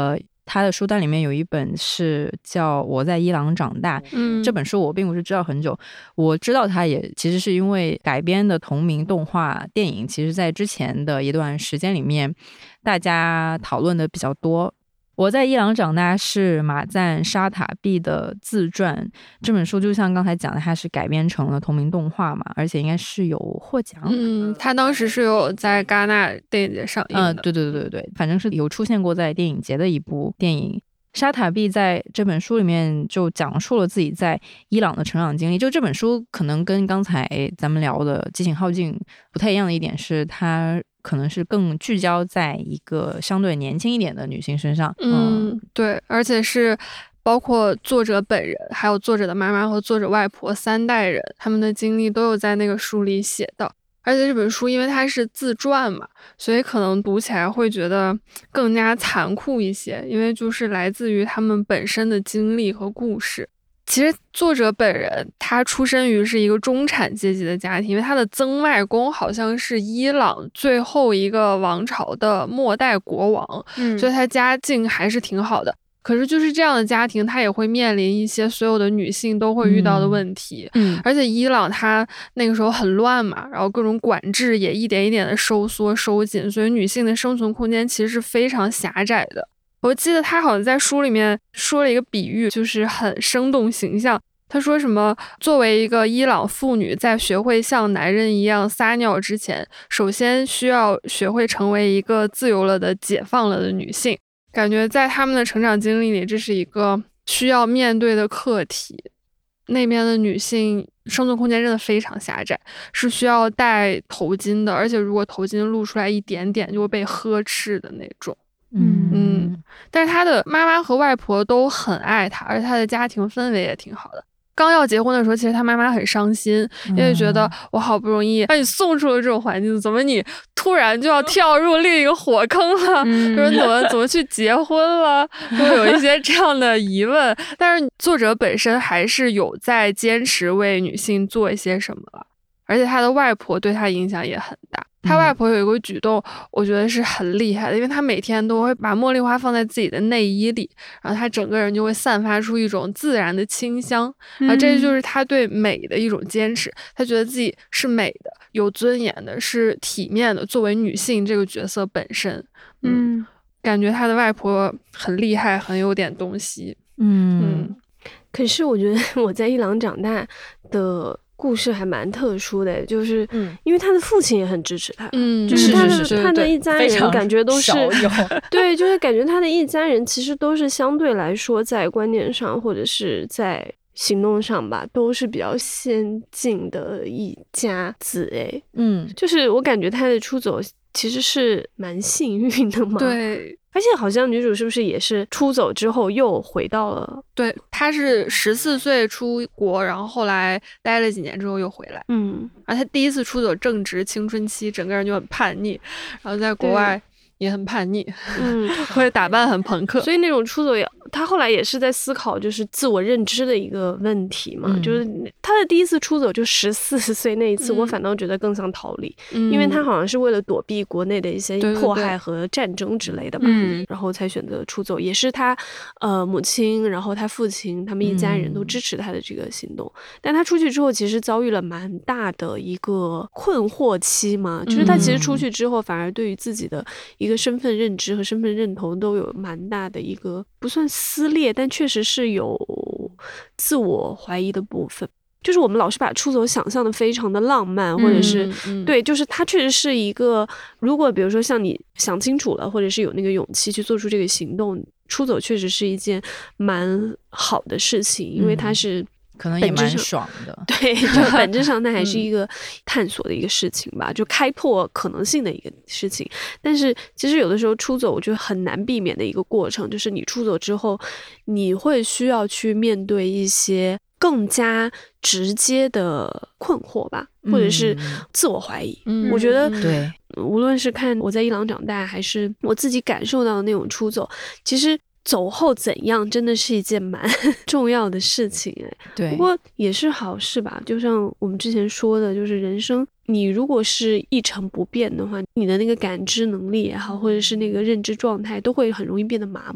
他的书单里面有一本是叫《我在伊朗长大》， 嗯， 这本书我并不是知道很久，我知道它也其实是因为改编的同名动画电影，其实在之前的一段时间里面大家讨论的比较多。我在伊朗长大是马赞沙塔毕的自传，这本书就像刚才讲的，它是改编成了同名动画嘛，而且应该是有获奖。 嗯，他当时是有在戛纳电影节上映的。 嗯，对对对对，反正是有出现过在电影节的一部电影。沙塔毕在这本书里面就讲述了自己在伊朗的成长经历。就这本书可能跟刚才咱们聊的《激情耗尽》不太一样的一点是，它可能是更聚焦在一个相对年轻一点的女性身上。 嗯，嗯对，而且是包括作者本人，还有作者的妈妈和作者外婆三代人，他们的经历都有在那个书里写到。而且这本书因为它是自传嘛，所以可能读起来会觉得更加残酷一些，因为就是来自于他们本身的经历和故事。其实作者本人他出身于是一个中产阶级的家庭，因为他的曾外公好像是伊朗最后一个王朝的末代国王， 嗯， 所以他家境还是挺好的。可是就是这样的家庭，他也会面临一些所有的女性都会遇到的问题。 嗯， 而且伊朗它那个时候很乱嘛，然后各种管制也一点一点的收缩收紧，所以女性的生存空间其实是非常狭窄的。我记得他好像在书里面说了一个比喻，就是很生动形象。他说什么，作为一个伊朗妇女，在学会像男人一样撒尿之前，首先需要学会成为一个自由了的解放了的女性。感觉在他们的成长经历里，这是一个需要面对的课题。那边的女性生存空间真的非常狭窄，是需要戴头巾的，而且如果头巾露出来一点点，就会被呵斥的那种。 嗯嗯，但是她的妈妈和外婆都很爱她，而且她的家庭氛围也挺好的。刚要结婚的时候，其实她妈妈很伤心，因为觉得我好不容易把你送出了这种环境，怎么你突然就要跳入另一个火坑了？ 嗯、 说怎么怎么去结婚了？会有一些这样的疑问。但是作者本身还是有在坚持为女性做一些什么，而且她的外婆对她影响也很大。他外婆有一个举动，我觉得是很厉害的，因为他每天都会把茉莉花放在自己的内衣里，然后他整个人就会散发出一种自然的清香， 嗯、 啊，这就是他对美的一种坚持。他觉得自己是美的、有尊严的、是体面的，作为女性这个角色本身，嗯，嗯感觉他的外婆很厉害，很有点东西， 嗯嗯。 可是我觉得我在伊朗长大的故事还蛮特殊的，就是因为他的父亲也很支持他， 嗯， 就是他的是是是他的一家人感觉都是对，就是感觉他的一家人其实都是相对来说在观念上或者是在行动上吧，都是比较先进的一家子哎， 嗯， 就是我感觉他的出走其实是蛮幸运的嘛， 对。 而且好像女主是不是也是出走之后又回到了？ 对，她是十四岁出国，然后后来待了几年之后又回来。 嗯， 而她第一次出走正值青春期，整个人就很叛逆，然后在国外也很叛逆， 嗯， 会打扮很朋克， 所以那种出走也，他后来也是在思考就是自我认知的一个问题嘛。嗯、就是他的第一次出走就十四岁那一次，嗯、我反倒觉得更像逃离，嗯、因为他好像是为了躲避国内的一些迫害和战争之类的吧， 嗯、 然后才选择出走。也是他呃母亲，然后他父亲他们一家人都支持他的这个行动。嗯、但他出去之后，其实遭遇了蛮大的一个困惑期嘛，就是他其实出去之后，反而对于自己的一个身份认知和身份认同都有蛮大的一个不算撕裂，但确实是有自我怀疑的部分。就是我们老是把出走想象的非常的浪漫，或者是、嗯嗯、对，就是它确实是一个，如果比如说像你想清楚了，或者是有那个勇气去做出这个行动，出走确实是一件蛮好的事情，因为它是、嗯。 可能也蛮爽的， 对，就本质上它还是一个探索的一个事情吧，嗯、就开拓可能性的一个事情。但是其实有的时候出走，我觉得很难避免的一个过程，就是你出走之后，你会需要去面对一些更加直接的困惑吧，或者是自我怀疑。 嗯、 我觉得对， 无论是看我在伊朗长大，还是我自己感受到的那种出走，其实。走后怎样真的是一件蛮重要的事情哎， 对， 不过也是好事吧。就像我们之前说的，就是人生你如果是一成不变的话，你的那个感知能力也好，或者是那个认知状态，都会很容易变得麻木。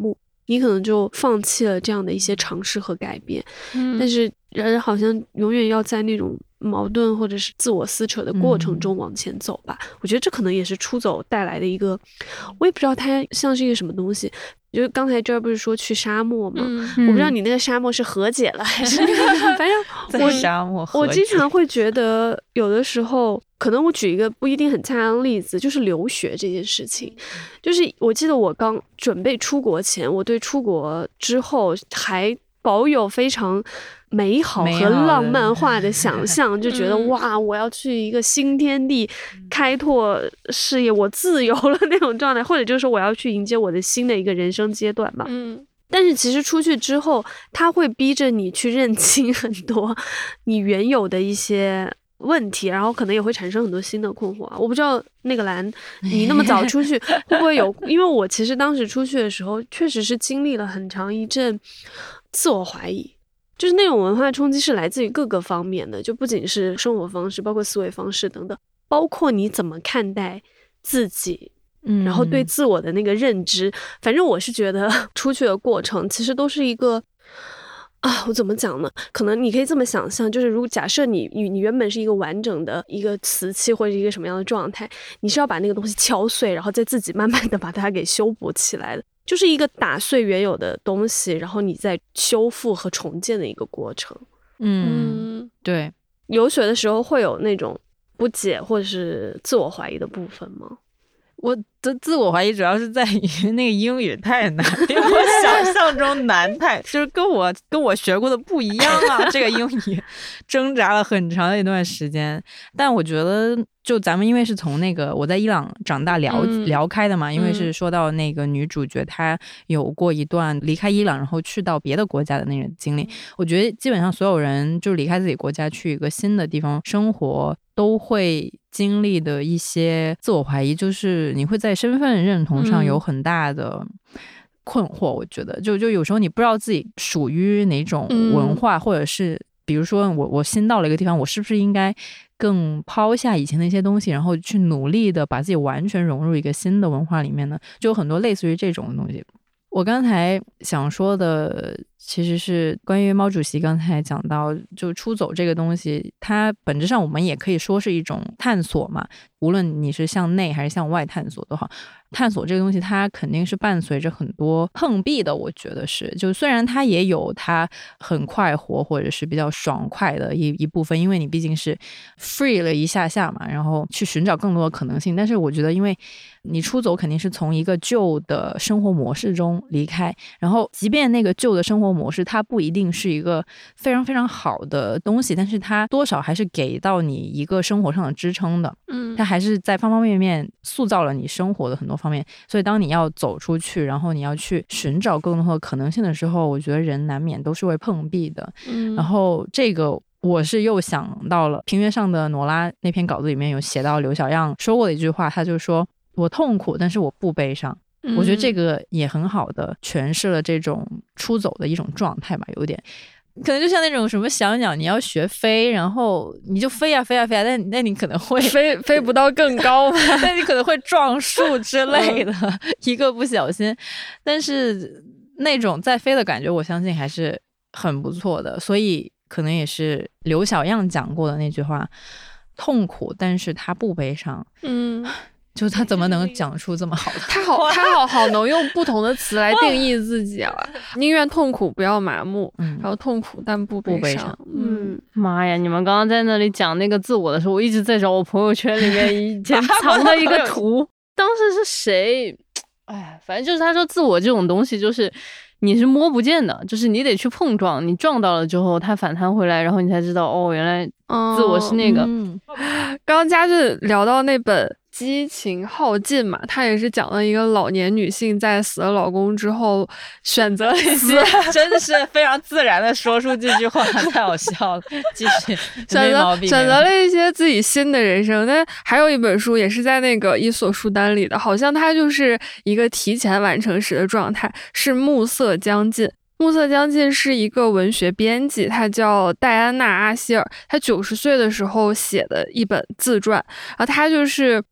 你可能就放弃了这样的一些尝试和改变。 嗯， 但是人好像永远要在那种矛盾或者是自我撕扯的过程中往前走吧。嗯、我觉得这可能也是出走带来的一个，我也不知道它像是一个什么东西。就是刚才这儿不是说去沙漠吗？ 嗯、 我不知道你那个沙漠是和解了还是反正我沙漠和解我经常会觉得有的时候，可能我举一个不一定很恰当的例子，就是留学这件事情。就是我记得我刚准备出国前，我对出国之后还保有非常美好和浪漫化的想象，就觉得、嗯、哇，我要去一个新天地开拓事业，我自由了那种状态，或者就是说我要去迎接我的新的一个人生阶段吧。 嗯， 但是其实出去之后，他会逼着你去认清很多你原有的一些问题，然后可能也会产生很多新的困惑啊。我不知道那个蓝，你那么早出去会不会有？因为我其实当时出去的时候，确实是经历了很长一阵自我怀疑。就是那种文化冲击是来自于各个方面的，就不仅是生活方式，包括思维方式等等，包括你怎么看待自己，嗯，然后对自我的那个认知。反正我是觉得出去的过程其实都是一个啊，我怎么讲呢？可能你可以这么想象，就是如果假设你你你原本是一个完整的一个瓷器或者一个什么样的状态，你是要把那个东西敲碎，然后再自己慢慢的把它给修补起来的。就是一个打碎原有的东西，然后你再修复和重建的一个过程。 嗯，对。 游学的时候会有那种不解或者是自我怀疑的部分吗？ 我的自我怀疑主要是在于那个英语太难，比我想象中难太，就是跟我跟我学过的不一样啊。这个英语挣扎了很长的一段时间，但我觉得就咱们因为是从那个我在伊朗长大聊、嗯、聊开的嘛，因为是说到那个女主角她有过一段离开伊朗然后去到别的国家的那个经历，我觉得基本上所有人就离开自己国家去一个新的地方生活都会经历的一些自我怀疑，就是你会在身份认同上有很大的困惑。我觉得就就有时候你不知道自己属于哪种文化、嗯、或者是比如说我我新到了一个地方，我是不是应该更抛下以前的一些东西，然后去努力的把自己完全融入一个新的文化里面呢？就有很多类似于这种东西。我刚才想说的其实是关于毛主席刚才讲到就出走这个东西，它本质上我们也可以说是一种探索嘛，无论你是向内还是向外探索都好，探索这个东西它肯定是伴随着很多碰壁的。我觉得是就虽然它也有它很快活或者是比较爽快的一一部分，因为你毕竟是 free 了一下下嘛，然后去寻找更多的可能性，但是我觉得因为你出走肯定是从一个旧的生活模式中离开，然后即便那个旧的生活模式它不一定是一个非常非常好的东西，但是它多少还是给到你一个生活上的支撑的，嗯，它还是在方方面面塑造了你生活的很多方面。所以当你要走出去，然后你要去寻找更多的可能性的时候，我觉得人难免都是会碰壁的，嗯，然后这个我是又想到了平原上的挪拉那篇稿子里面有写到刘小样说过的一句话，他就说我痛苦但是我不悲伤，嗯，我觉得这个也很好的诠释了这种出走的一种状态吧，有点可能就像那种什么小鸟你要学飞，然后你就飞呀飞呀飞呀，但那你可能会飞飞不到更高嘛但你可能会撞树之类的一个不小心，但是那种在飞的感觉我相信还是很不错的，所以可能也是刘小样讲过的那句话，痛苦但是他不悲伤。嗯，就他怎么能讲出这么好的话？ 他好，他好好能用不同的词来定义自己啊！宁愿痛苦不要麻木，嗯，然后痛苦但不悲伤。 不悲伤。 嗯，妈呀！你们刚刚在那里讲那个自我的时候，我一直在找我朋友圈里面以前藏的一个图。当时是谁？哎，反正就是他说自我这种东西，就是你是摸不见的，就是你得去碰撞，你撞到了之后，它反弹回来，然后你才知道哦，原来自我是那个。 嗯，刚刚佳俊聊到那本激情耗尽嘛，她也是讲了一个老年女性在死了老公之后选择了一些真的是非常自然的说出这句话，太好笑了。继续选择选择了一些自己新的人生。但还有一本书也是在那个伊索书单里的，好像它就是一个提前完成时的状态，是暮色将近。暮色将近是一个文学编辑，他叫戴安娜·阿希尔，他九十岁的时候写的一本自传，然后他就是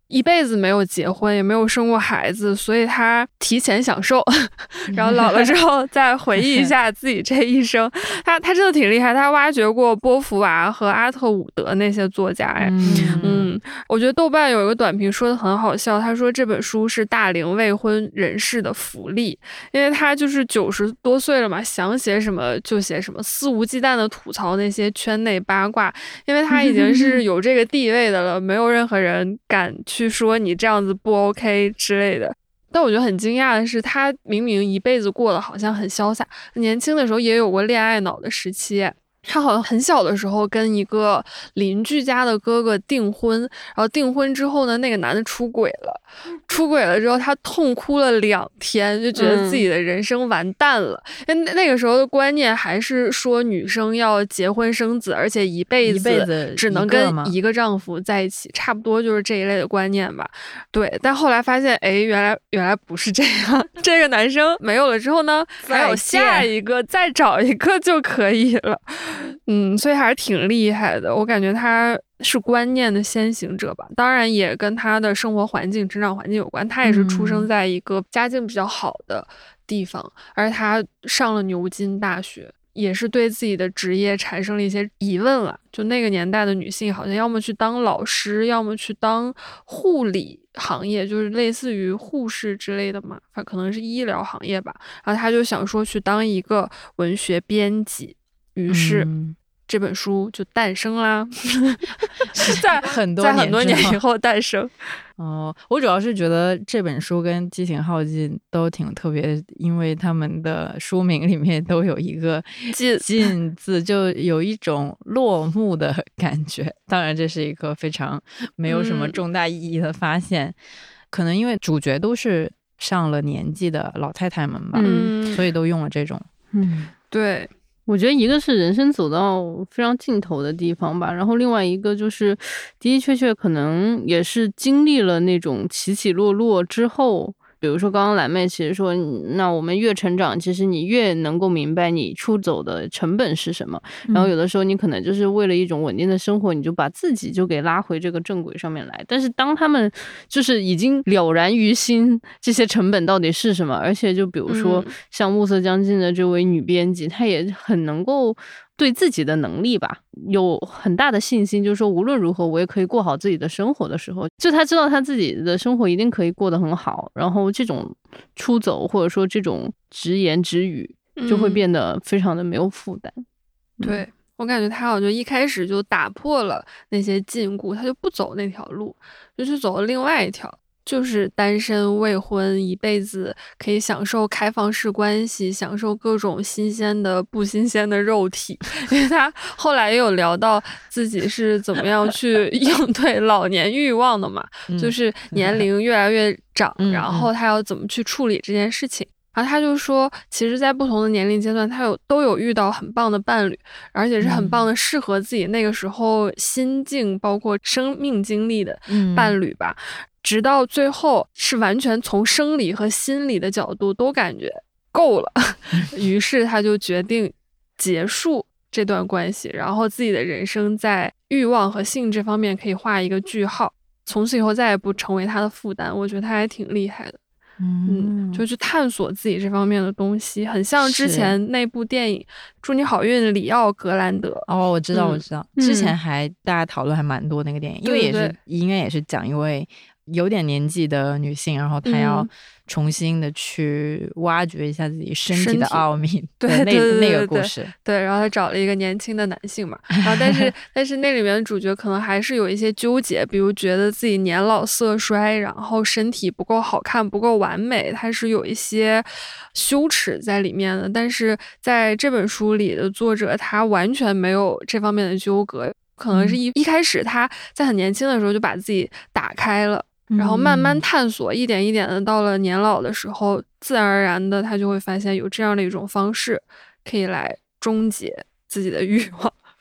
一辈子没有结婚，也没有生过孩子，所以他提前享受，然后老了之后再回忆一下自己这一生。他他真的挺厉害，他挖掘过波伏娃和阿特伍德那些作家哎，嗯, 嗯，我觉得豆瓣有一个短评说的很好笑，他说这本书是大龄未婚人士的福利，因为他就是九十多岁了嘛，想写什么就写什么，肆无忌惮的吐槽那些圈内八卦，因为他已经是有这个地位的了，没有任何人敢去说你这样子不 OK 之类的。但我觉得很惊讶的是，他明明一辈子过得好像很潇洒，年轻的时候也有过恋爱脑的时期。他好像很小的时候跟一个邻居家的哥哥订婚，然后订婚之后呢，那个男的出轨了，出轨了之后他痛哭了两天，就觉得自己的人生完蛋了。因为那个时候的观念还是说女生要结婚生子，而且一辈子只能跟一个丈夫在一起，差不多就是这一类的观念吧。对，但后来发现，哎，原来原来不是这样。这个男生没有了之后呢，还有下一个，再找一个就可以了。嗯，所以还是挺厉害的。我感觉他是观念的先行者吧，当然也跟他的生活环境、成长环境有关。他也是出生在一个家境比较好的地方，嗯、而他上了牛津大学，也是对自己的职业产生了一些疑问了。就那个年代的女性，好像要么去当老师，要么去当护理行业，就是类似于护士之类的嘛，反正可能是医疗行业吧。然后他就想说去当一个文学编辑。于是、嗯、这本书就诞生啦，在很多在很多年以后诞生。 哦，我主要是觉得这本书跟《激情耗尽》都挺特别的，因为他们的书名里面都有一个“尽”字，就有一种落幕的感觉。当然，这是一个非常没有什么重大意义的发现，嗯、可能因为主角都是上了年纪的老太太们吧，嗯、所以都用了这种。 嗯，对。 我觉得一个是人生走到非常尽头的地方吧，然后另外一个就是的的确确可能也是经历了那种起起落落之后，比如说刚刚蓝妹其实说，那我们越成长，其实你越能够明白你出走的成本是什么，然后有的时候你可能就是为了一种稳定的生活，你就把自己就给拉回这个正轨上面来。但是当他们就是已经了然于心这些成本到底是什么，而且就比如说像暮色将近的这位女编辑，她也很能够对自己的能力吧有很大的信心，就是说无论如何我也可以过好自己的生活的时候，就他知道他自己的生活一定可以过得很好，然后这种出走或者说这种直言直语就会变得非常的没有负担、嗯、 对，我感觉他好像一开始就打破了那些禁锢，他就不走那条路，就去走了另外一条，就是单身未婚，一辈子可以享受开放式关系，享受各种新鲜的不新鲜的肉体。因为他后来也有聊到自己是怎么样去应对老年欲望的嘛、嗯、就是年龄越来越长、嗯、然后他要怎么去处理这件事情。然后他就说其实在不同的年龄阶段他有都有遇到很棒的伴侣，而且是很棒的适合自己那个时候心境包括生命经历的伴侣吧、嗯，直到最后是完全从生理和心理的角度都感觉够了，于是他就决定结束这段关系，然后自己的人生在欲望和性这方面可以画一个句号，从此以后再也不成为他的负担。我觉得他还挺厉害的。嗯，就去探索自己这方面的东西，很像之前那部电影《祝你好运》里奥格兰德。 哦，我知道，我知道，嗯、之前还大家讨论还蛮多那个电影，因为也是应该也是讲一位有点年纪的女性，然后她要重新的去挖掘一下自己身体的奥秘， 对那对对对那个故事， 对，然后她找了一个年轻的男性嘛，然后但是但是那里面的主角可能还是有一些纠结，比如觉得自己年老色衰，然后身体不够好看，不够完美，他是有一些羞耻在里面的。但是在这本书里的作者，他完全没有这方面的纠葛，可能是一、嗯、一开始他在很年轻的时候就把自己打开了。然后慢慢探索，一点一点的到了年老的时候，自然而然的他就会发现有这样的一种方式可以来终结自己的欲望。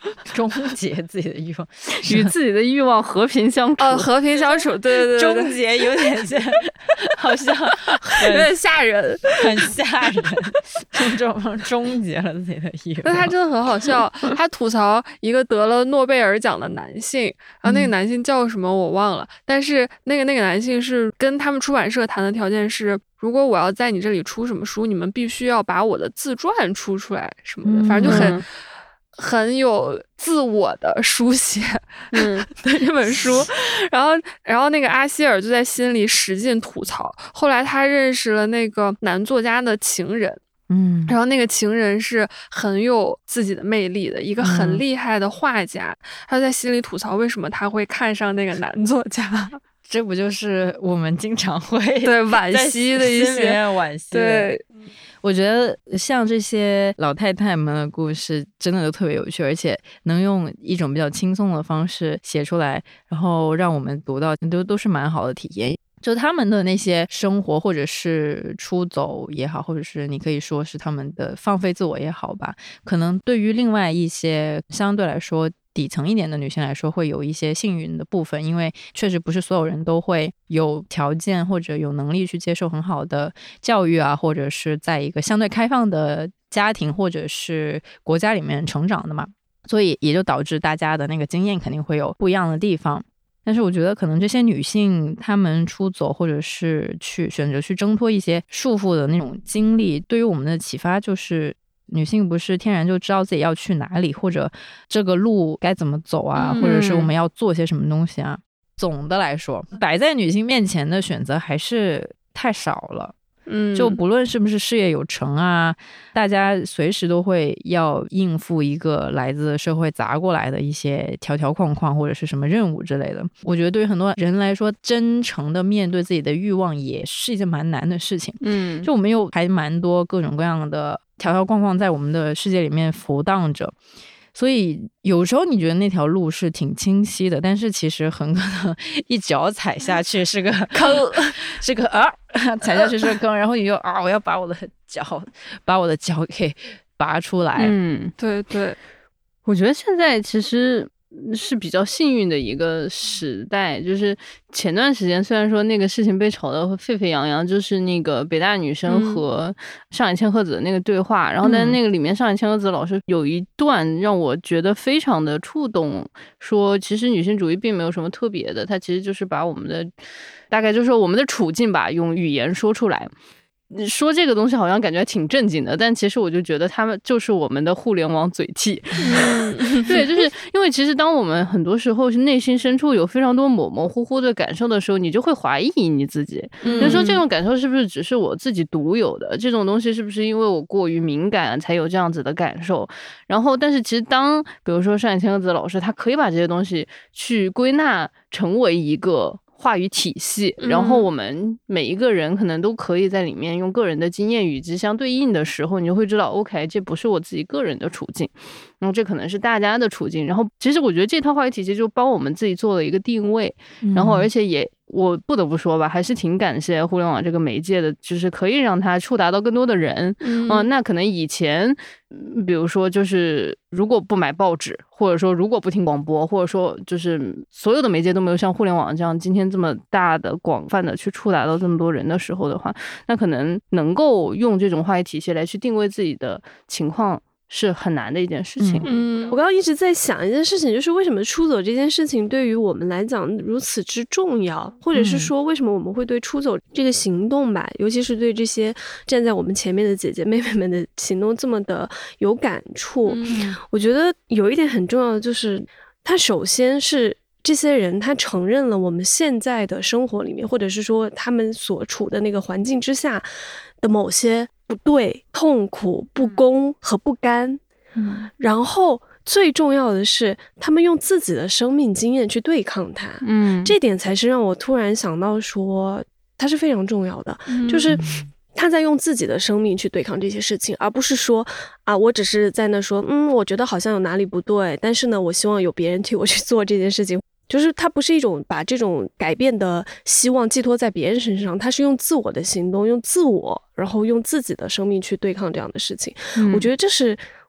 终结自己的欲望， 与自己的欲望和平相处。 呃，和平相处，对对对对对， 终结有点像，好像有点吓人， 很吓人，就终终结了自己的欲望。 但他真的很好笑，他吐槽一个得了诺贝尔奖的男性，然后那个男性叫什么我忘了，但是那个那个男性是跟他们出版社谈的条件是，如果我要在你这里出什么书，你们必须要把我的自传出出来什么的，反正就很。 嗯很有自我的书写， 嗯的一本书，然后，然后那个阿希尔就在心里使劲吐槽。后来他认识了那个男作家的情人， 嗯， 然后那个情人是很有自己的魅力的一个很厉害的画家，他在心里吐槽为什么他会看上那个男作家。 这不就是我们经常会对惋惜的一些惋惜。 对， 我觉得像这些老太太们的故事真的都特别有趣，而且能用一种比较轻松的方式写出来，然后让我们读到都都是蛮好的体验。就他们的那些生活，或者是出走也好，或者是你可以说是他们的放飞自我也好吧，可能对于另外一些相对来说底层一点的女性来说会有一些幸运的部分，因为确实不是所有人都会有条件或者有能力去接受很好的教育啊，或者是在一个相对开放的家庭或者是国家里面成长的嘛，所以也就导致大家的那个经验肯定会有不一样的地方。但是我觉得可能这些女性她们出走或者是去选择去挣脱一些束缚的那种经历，对于我们的启发就是女性不是天然就知道自己要去哪里，或者这个路该怎么走啊、嗯、或者是我们要做些什么东西啊。总的来说摆在女性面前的选择还是太少了， 嗯， 就不论是不是事业有成啊，大家随时都会要应付一个来自社会砸过来的一些条条框框或者是什么任务之类的。我觉得对于很多人来说，真诚的面对自己的欲望也是一件蛮难的事情。 嗯， 就我们有还蛮多各种各样的条条框框在我们的世界里面浮荡着，所以有时候你觉得那条路是挺清晰的，但是其实很可能一脚踩下去是个坑，是个啊，踩下去是个坑，然后你就啊，我要把我的脚，把我的脚给拔出来。 嗯， 对对， 我觉得现在其实是比较幸运的一个时代，就是前段时间虽然说那个事情被炒得沸沸扬扬，就是那个北大女生和上野千鹤子的那个对话、嗯、然后但是那个里面上野千鹤子老师有一段让我觉得非常的触动，说其实女性主义并没有什么特别的，它其实就是把我们的大概就是说我们的处境吧用语言说出来。说这个东西好像感觉挺正经的，但其实我就觉得他们就是我们的互联网嘴替、嗯、对，就是因为其实当我们很多时候是内心深处有非常多模模糊糊的感受的时候，你就会怀疑你自己，嗯、就说这种感受是不是只是我自己独有的，这种东西是不是因为我过于敏感才有这样子的感受。然后但是其实当比如说上野千鹤子老师他可以把这些东西去归纳成为一个话语体系，然后我们每一个人可能都可以在里面用个人的经验与之相对应的时候，你就会知道 OK 这不是我自己个人的处境，然后这可能是大家的处境。然后其实我觉得这套话语体系就帮我们自己做了一个定位，然后而且也我不得不说吧，还是挺感谢互联网这个媒介的，就是可以让它触达到更多的人。嗯、呃，那可能以前比如说就是如果不买报纸，或者说如果不听广播，或者说就是所有的媒介都没有像互联网这样今天这么大的广泛的去触达到这么多人的时候的话，那可能能够用这种话语体系来去定位自己的情况是很难的一件事情。 嗯，我刚刚一直在想一件事情，就是为什么出走这件事情对于我们来讲如此之重要，或者是说为什么我们会对出走这个行动吧，尤其是对这些站在我们前面的姐姐妹妹们的行动这么的有感触。嗯、我觉得有一点很重要的就是，它首先是这些人他承认了我们现在的生活里面，或者是说他们所处的那个环境之下的某些不对、痛苦、不公和不甘。嗯，然后最重要的是他们用自己的生命经验去对抗它。嗯，这点才是让我突然想到说它是非常重要的。嗯，就是他在用自己的生命去对抗这些事情，而不是说啊，我只是在那说嗯，我觉得好像有哪里不对，但是呢我希望有别人替我去做这件事情。就是他不是一种把这种改变的希望寄托在别人身上，他是用自我的行动，用自我，然后用自己的生命去对抗这样的事情。嗯、我觉得这是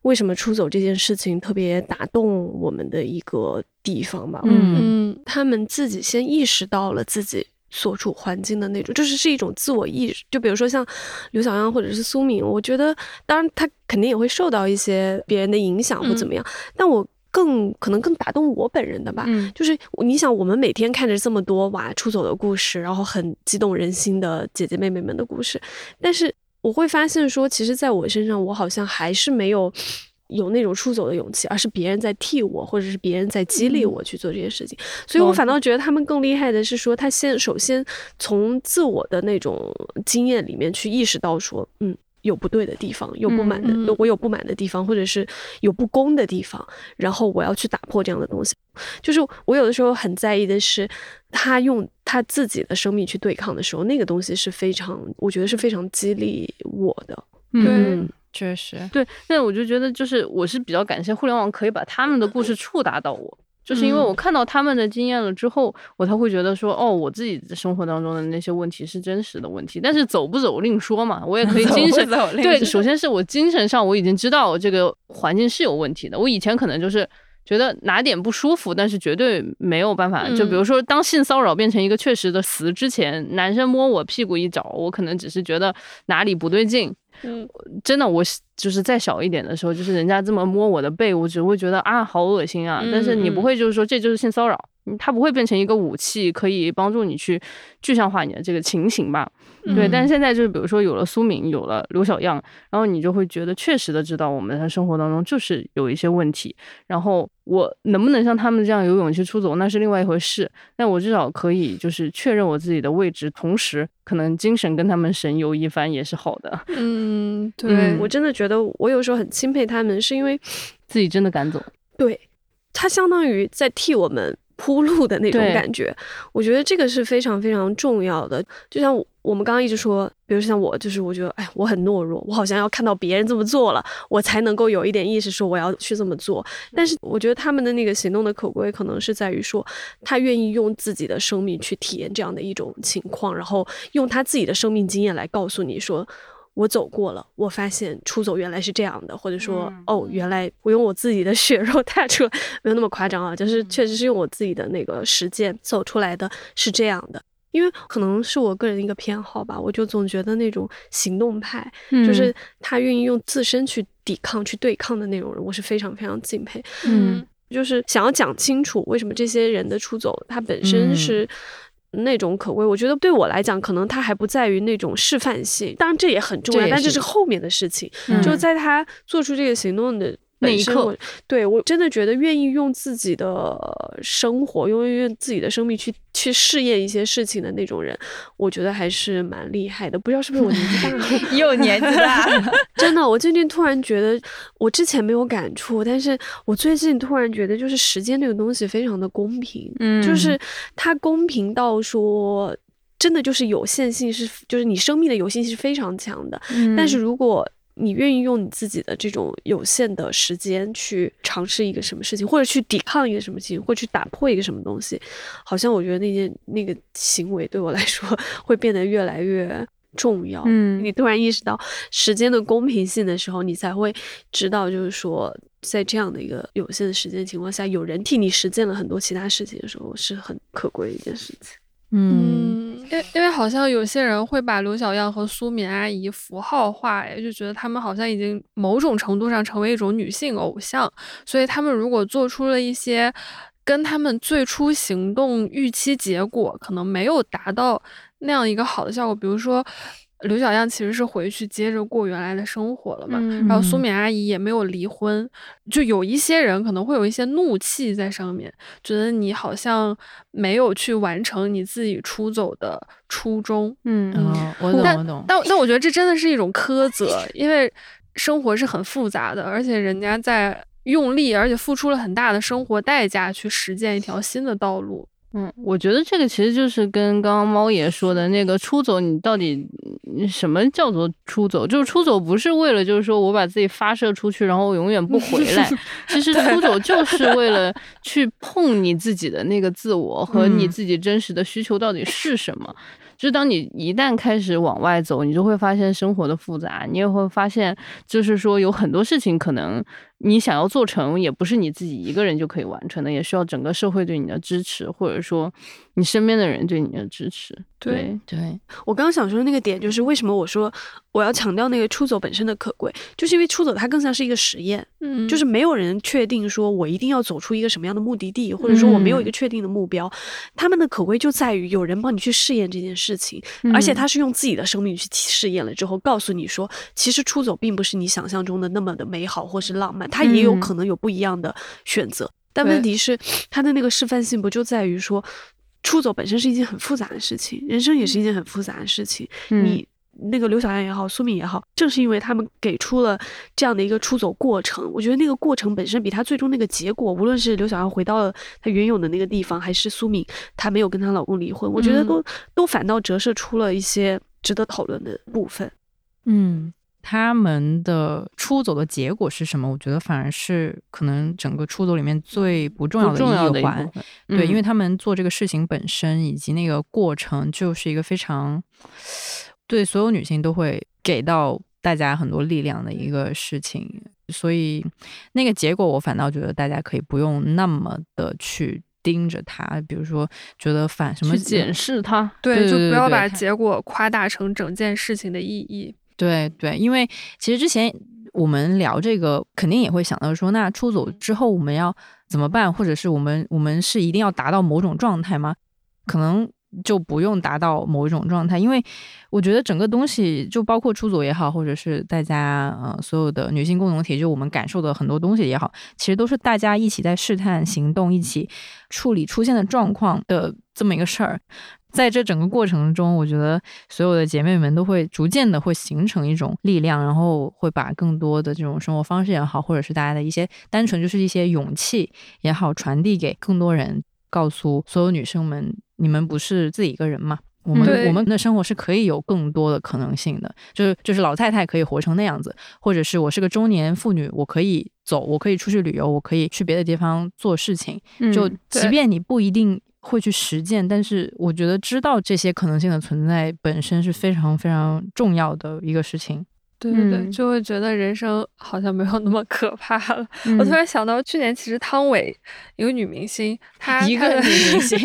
为什么出走这件事情特别打动我们的一个地方吧。 嗯嗯他们自己先意识到了自己所处环境的那种，就是是一种自我意识。就比如说像刘小样或者是苏敏，我觉得当然他肯定也会受到一些别人的影响或怎么样，嗯、但我更可能更打动我本人的吧。 嗯， 就是你想，我们每天看着这么多哇出走的故事，然后很激动人心的姐姐妹妹们的故事，但是我会发现说，其实在我身上，我好像还是没有有那种出走的勇气，而是别人在替我，或者是别人在激励我去做这些事情。嗯、所以我反倒觉得他们更厉害的是说，他先首先从自我的那种经验里面去意识到说，嗯，有不对的地方，有不满的， 嗯、 我有不满的地方，或者是有不公的地方，然后我要去打破这样的东西。就是我有的时候很在意的是，他用他自己的生命去对抗的时候，那个东西是非常，我觉得是非常激励我的。 嗯， 确实， 对。但我就觉得，就是我是比较感谢互联网可以把他们的故事触达到我。就是因为我看到他们的经验了之后，我才会觉得说，哦，我自己生活当中的那些问题是真实的问题。但是走不走另说嘛，我也可以精神走走对，首先是我精神上我已经知道这个环境是有问题的。我以前可能就是觉得哪点不舒服，但是绝对没有办法。就比如说，当性骚扰变成一个确实的词之前，男生摸我屁股一爪，我可能只是觉得哪里不对劲。 嗯， 真的，我就是再小一点的时候，就是人家这么摸我的背，我只会觉得啊，好恶心啊。但是你不会就是说这就是性骚扰，它不会变成一个武器，可以帮助你去具象化你的这个情形吧。对，但是现在就是比如说有了苏敏，有了刘小样，然后你就会觉得确实的知道我们在生活当中就是有一些问题，然后我能不能像他们这样有勇气出走，那是另外一回事。但我至少可以就是确认我自己的位置，同时可能精神跟他们神游一番也是好的。 嗯，对， 嗯、我真的觉得我有时候很钦佩他们，是因为自己真的敢走。 对，他相当于在替我们铺路的那种感觉，我觉得这个是非常非常重要的。就像我们刚刚一直说，比如像我，就是我觉得，哎，我很懦弱，我好像要看到别人这么做了，我才能够有一点意识说我要去这么做。但是我觉得他们的那个行动的可贵，可能是在于说，他愿意用自己的生命去体验这样的一种情况，然后用他自己的生命经验来告诉你说，我走过了，我发现出走原来是这样的，或者说、嗯、哦，原来我用我自己的血肉踏出来，没有那么夸张啊，就是确实是用我自己的那个实践走出来的是这样的。因为可能是我个人的一个偏好吧，我就总觉得那种行动派、嗯、就是他愿意用自身去抵抗去对抗的那种人，我是非常非常敬佩。 嗯， 就是想要讲清楚为什么这些人的出走他本身是那种可贵、嗯、我觉得对我来讲可能他还不在于那种示范性，当然这也很重要，这但这是后面的事情、嗯、就在他做出这个行动的那一刻， 对，我真的觉得愿意用自己的生活，用用自己的生命去去试验一些事情的那种人，我觉得还是蛮厉害的。不知道是不是我年纪大了， 又年纪大了， 真的，我最近突然觉得，我之前没有感触，但是我最近突然觉得，就是时间这个东西非常的公平，嗯，就是它公平到说，真的就是有限性是，就是你生命的有限性是非常强的，嗯、但是如果你愿意用你自己的这种有限的时间去尝试一个什么事情，或者去抵抗一个什么事情，或者去打破一个什么东西，好像我觉得那件那个行为对我来说会变得越来越重要。嗯，你突然意识到时间的公平性的时候，你才会知道，就是说在这样的一个有限的时间情况下，有人替你实践了很多其他事情的时候，是很可贵的一件事情。 嗯，因为因为好像有些人会把刘小样和苏敏阿姨符号化，也就觉得他们好像已经某种程度上成为一种女性偶像，所以他们如果做出了一些跟他们最初行动预期结果可能没有达到那样一个好的效果，比如说刘小样其实是回去接着过原来的生活了嘛，嗯、然后苏敏阿姨也没有离婚，就有一些人可能会有一些怒气在上面，觉得你好像没有去完成你自己出走的初衷。嗯， 哦、我懂我懂。 但但我觉得这真的是一种苛责，因为生活是很复杂的，而且人家在用力，而且付出了很大的生活代价去实践一条新的道路。 嗯，我觉得这个其实就是跟刚刚猫爷说的那个出走，你到底什么叫做出走？就是出走不是为了就是说我把自己发射出去，然后永远不回来。其实出走就是为了去碰你自己的那个自我和你自己真实的需求到底是什么。就是当你一旦开始往外走，你就会发现生活的复杂，你也会发现就是说有很多事情可能你想要做成也不是你自己一个人就可以完成的，也需要整个社会对你的支持，或者说你身边的人对你的支持。对对， 我刚刚想说的那个点就是为什么我说我要强调那个出走本身的可贵，就是因为出走它更像是一个实验， 嗯， 就是没有人确定说我一定要走出一个什么样的目的地，或者说我没有一个确定的目标，他们的可贵就在于有人帮你去试验这件事情，而且他是用自己的生命去试验了之后告诉你说其实出走并不是你想象中的那么的美好或是浪漫，它也有可能有不一样的选择，但问题是它的那个示范性不就在于说出走本身是一件很复杂的事情，人生也是一件很复杂的事情，你那个刘晓阳也好，苏敏也好，正是因为他们给出了这样的一个出走过程，我觉得那个过程本身比他最终那个结果，无论是刘晓阳回到了他原有的那个地方，还是苏敏她没有跟她老公离婚，我觉得都、嗯、都反倒折射出了一些值得讨论的部分。 嗯，他们的出走的结果是什么？我觉得反而是可能整个出走里面最不重要的一环。对、嗯，因为他们做这个事情本身以及那个过程，就是一个非常对所有女性都会给到大家很多力量的一个事情，所以那个结果我反倒觉得大家可以不用那么的去盯着它，比如说觉得反什么去检视它， 对，对就不要把结果夸大成整件事情的意义。 对对，因为其实之前我们聊这个肯定也会想到说，那出走之后我们要怎么办，或者是我们我们是一定要达到某种状态吗？可能就不用达到某一种状态，因为我觉得整个东西就包括出走也好，或者是大家呃所有的女性共同体，就我们感受的很多东西也好，其实都是大家一起在试探行动，一起处理出现的状况的这么一个事儿。在这整个过程中，我觉得所有的姐妹们都会逐渐的会形成一种力量，然后会把更多的这种生活方式也好，或者是大家的一些单纯就是一些勇气也好，传递给更多人，告诉所有女生们，你们不是自己一个人嘛，我们我们的生活是可以有更多的可能性的，就是就是老太太可以活成那样子，或者是我是个中年妇女，我可以走，我可以出去旅游，我可以去别的地方做事情，就即便你不一定会去实践，但是我觉得知道这些可能性的存在本身是非常非常重要的一个事情。 对对对、嗯，就会觉得人生好像没有那么可怕了。嗯、我突然想到，去年其实汤唯一个女明星，她一个女明星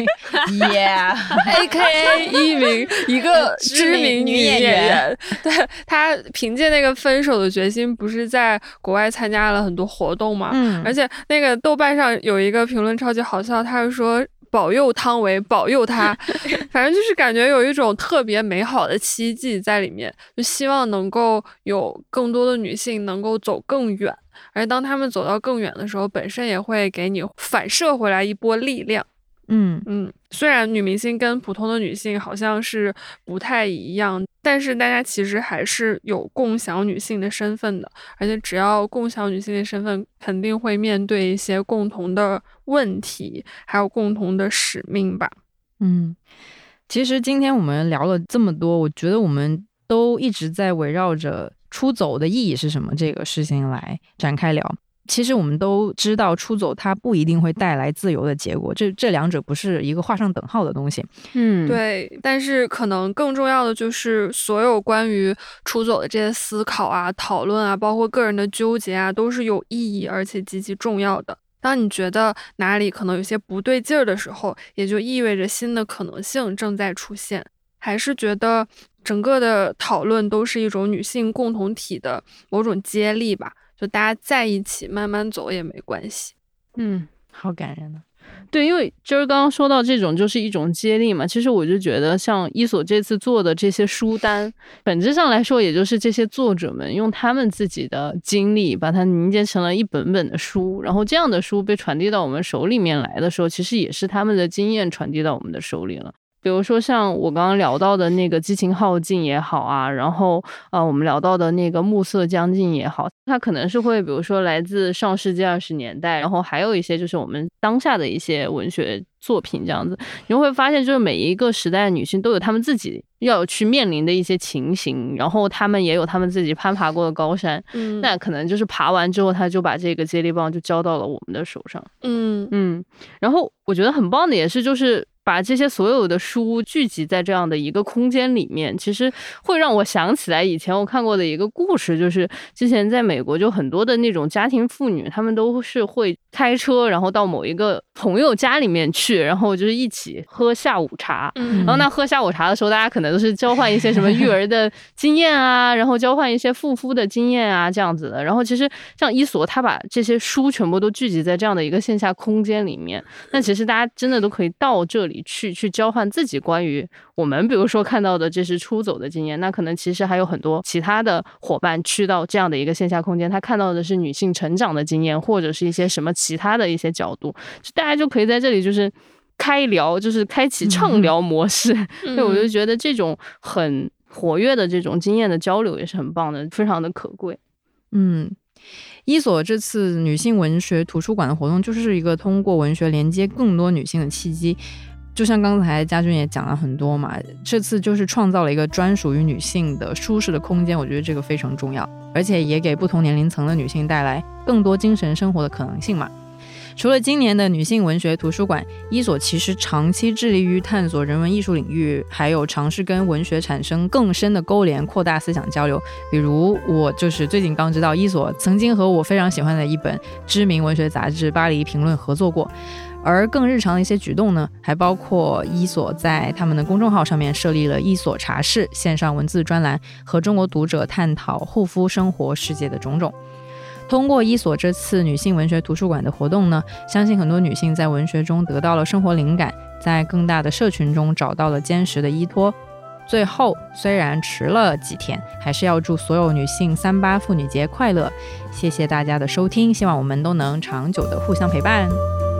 ，Yeah，A K A 一名一个知名女演员，对，她凭借那个分手的决心，不是在国外参加了很多活动嘛？嗯，而且那个豆瓣上有一个评论超级好笑，他是说，保佑汤唯，保佑她，反正就是感觉有一种特别美好的期冀在里面，就希望能够有更多的女性能够走更远，而当她们走到更远的时候，本身也会给你反射回来一波力量。 嗯嗯，虽然女明星跟普通的女性好像是不太一样，但是大家其实还是有共享女性的身份的，而且只要共享女性的身份，肯定会面对一些共同的问题，还有共同的使命吧。 嗯，其实今天我们聊了这么多，我觉得我们都一直在围绕着出走的意义是什么这个事情来展开聊。其实我们都知道出走它不一定会带来自由的结果，这这两者不是一个画上等号的东西。 嗯，对，但是可能更重要的就是所有关于出走的这些思考啊、讨论啊，包括个人的纠结啊，都是有意义而且极其重要的。当你觉得哪里可能有些不对劲儿的时候，也就意味着新的可能性正在出现。还是觉得整个的讨论都是一种女性共同体的某种接力吧，就大家在一起慢慢走也没关系。 嗯， 好感人啊。 对，因为今儿刚刚说到这种就是一种接力嘛，其实我就觉得像伊索这次做的这些书单，本质上来说也就是这些作者们用他们自己的经历把它凝结成了一本本的书，然后这样的书被传递到我们手里面来的时候，其实也是他们的经验传递到我们的手里了。 比如说像我刚刚聊到的那个激情耗尽也好啊，然后呃我们聊到的那个暮色将近也好，它可能是会比如说来自上世纪二十年代，然后还有一些就是我们当下的一些文学作品这样子，你会发现就是每一个时代的女性都有她们自己要去面临的一些情形，然后她们也有她们自己攀爬过的高山，嗯，那可能就是爬完之后她就把这个接力棒就交到了我们的手上，嗯嗯，然后我觉得很棒的也是就是把这些所有的书聚集在这样的一个空间里面，其实会让我想起来以前我看过的一个故事，就是之前在美国就很多的那种家庭妇女，她们都是会开车然后到某一个朋友家里面去，然后就是一起喝下午茶，嗯，然后那喝下午茶的时候大家可能都是交换一些什么育儿的经验啊然后交换一些妇夫的经验啊这样子的，然后其实像伊索他把这些书全部都聚集在这样的一个线下空间里面，那其实大家真的都可以到这里去去交换自己关于我们比如说看到的这是出走的经验，那可能其实还有很多其他的伙伴去到这样的一个线下空间，他看到的是女性成长的经验，或者是一些什么其他的一些角度，大家就可以在这里就是开聊，就是开启畅聊模式，所以、嗯、我就觉得这种很活跃的这种经验的交流也是很棒的，非常的可贵。 嗯，伊索这次女性文学图书馆的活动就是一个通过文学连接更多女性的契机，就像刚才家军也讲了很多嘛，这次就是创造了一个专属于女性的舒适的空间，我觉得这个非常重要，而且也给不同年龄层的女性带来更多精神生活的可能性嘛。除了今年的女性文学图书馆，伊索其实长期致力于探索人文艺术领域，还有尝试跟文学产生更深的勾连，扩大思想交流。比如我就是最近刚知道伊索曾经和我非常喜欢的一本知名文学杂志《巴黎评论》合作过，而更日常的一些举动呢，还包括伊索在他们的公众号上面设立了伊索茶室线上文字专栏，和中国读者探讨护肤生活世界的种种。通过伊索这次女性文学图书馆的活动呢，相信很多女性在文学中得到了生活灵感，在更大的社群中找到了坚实的依托。最后虽然迟了几天，还是要祝所有女性三八妇女节快乐。谢谢大家的收听，希望我们都能长久的互相陪伴。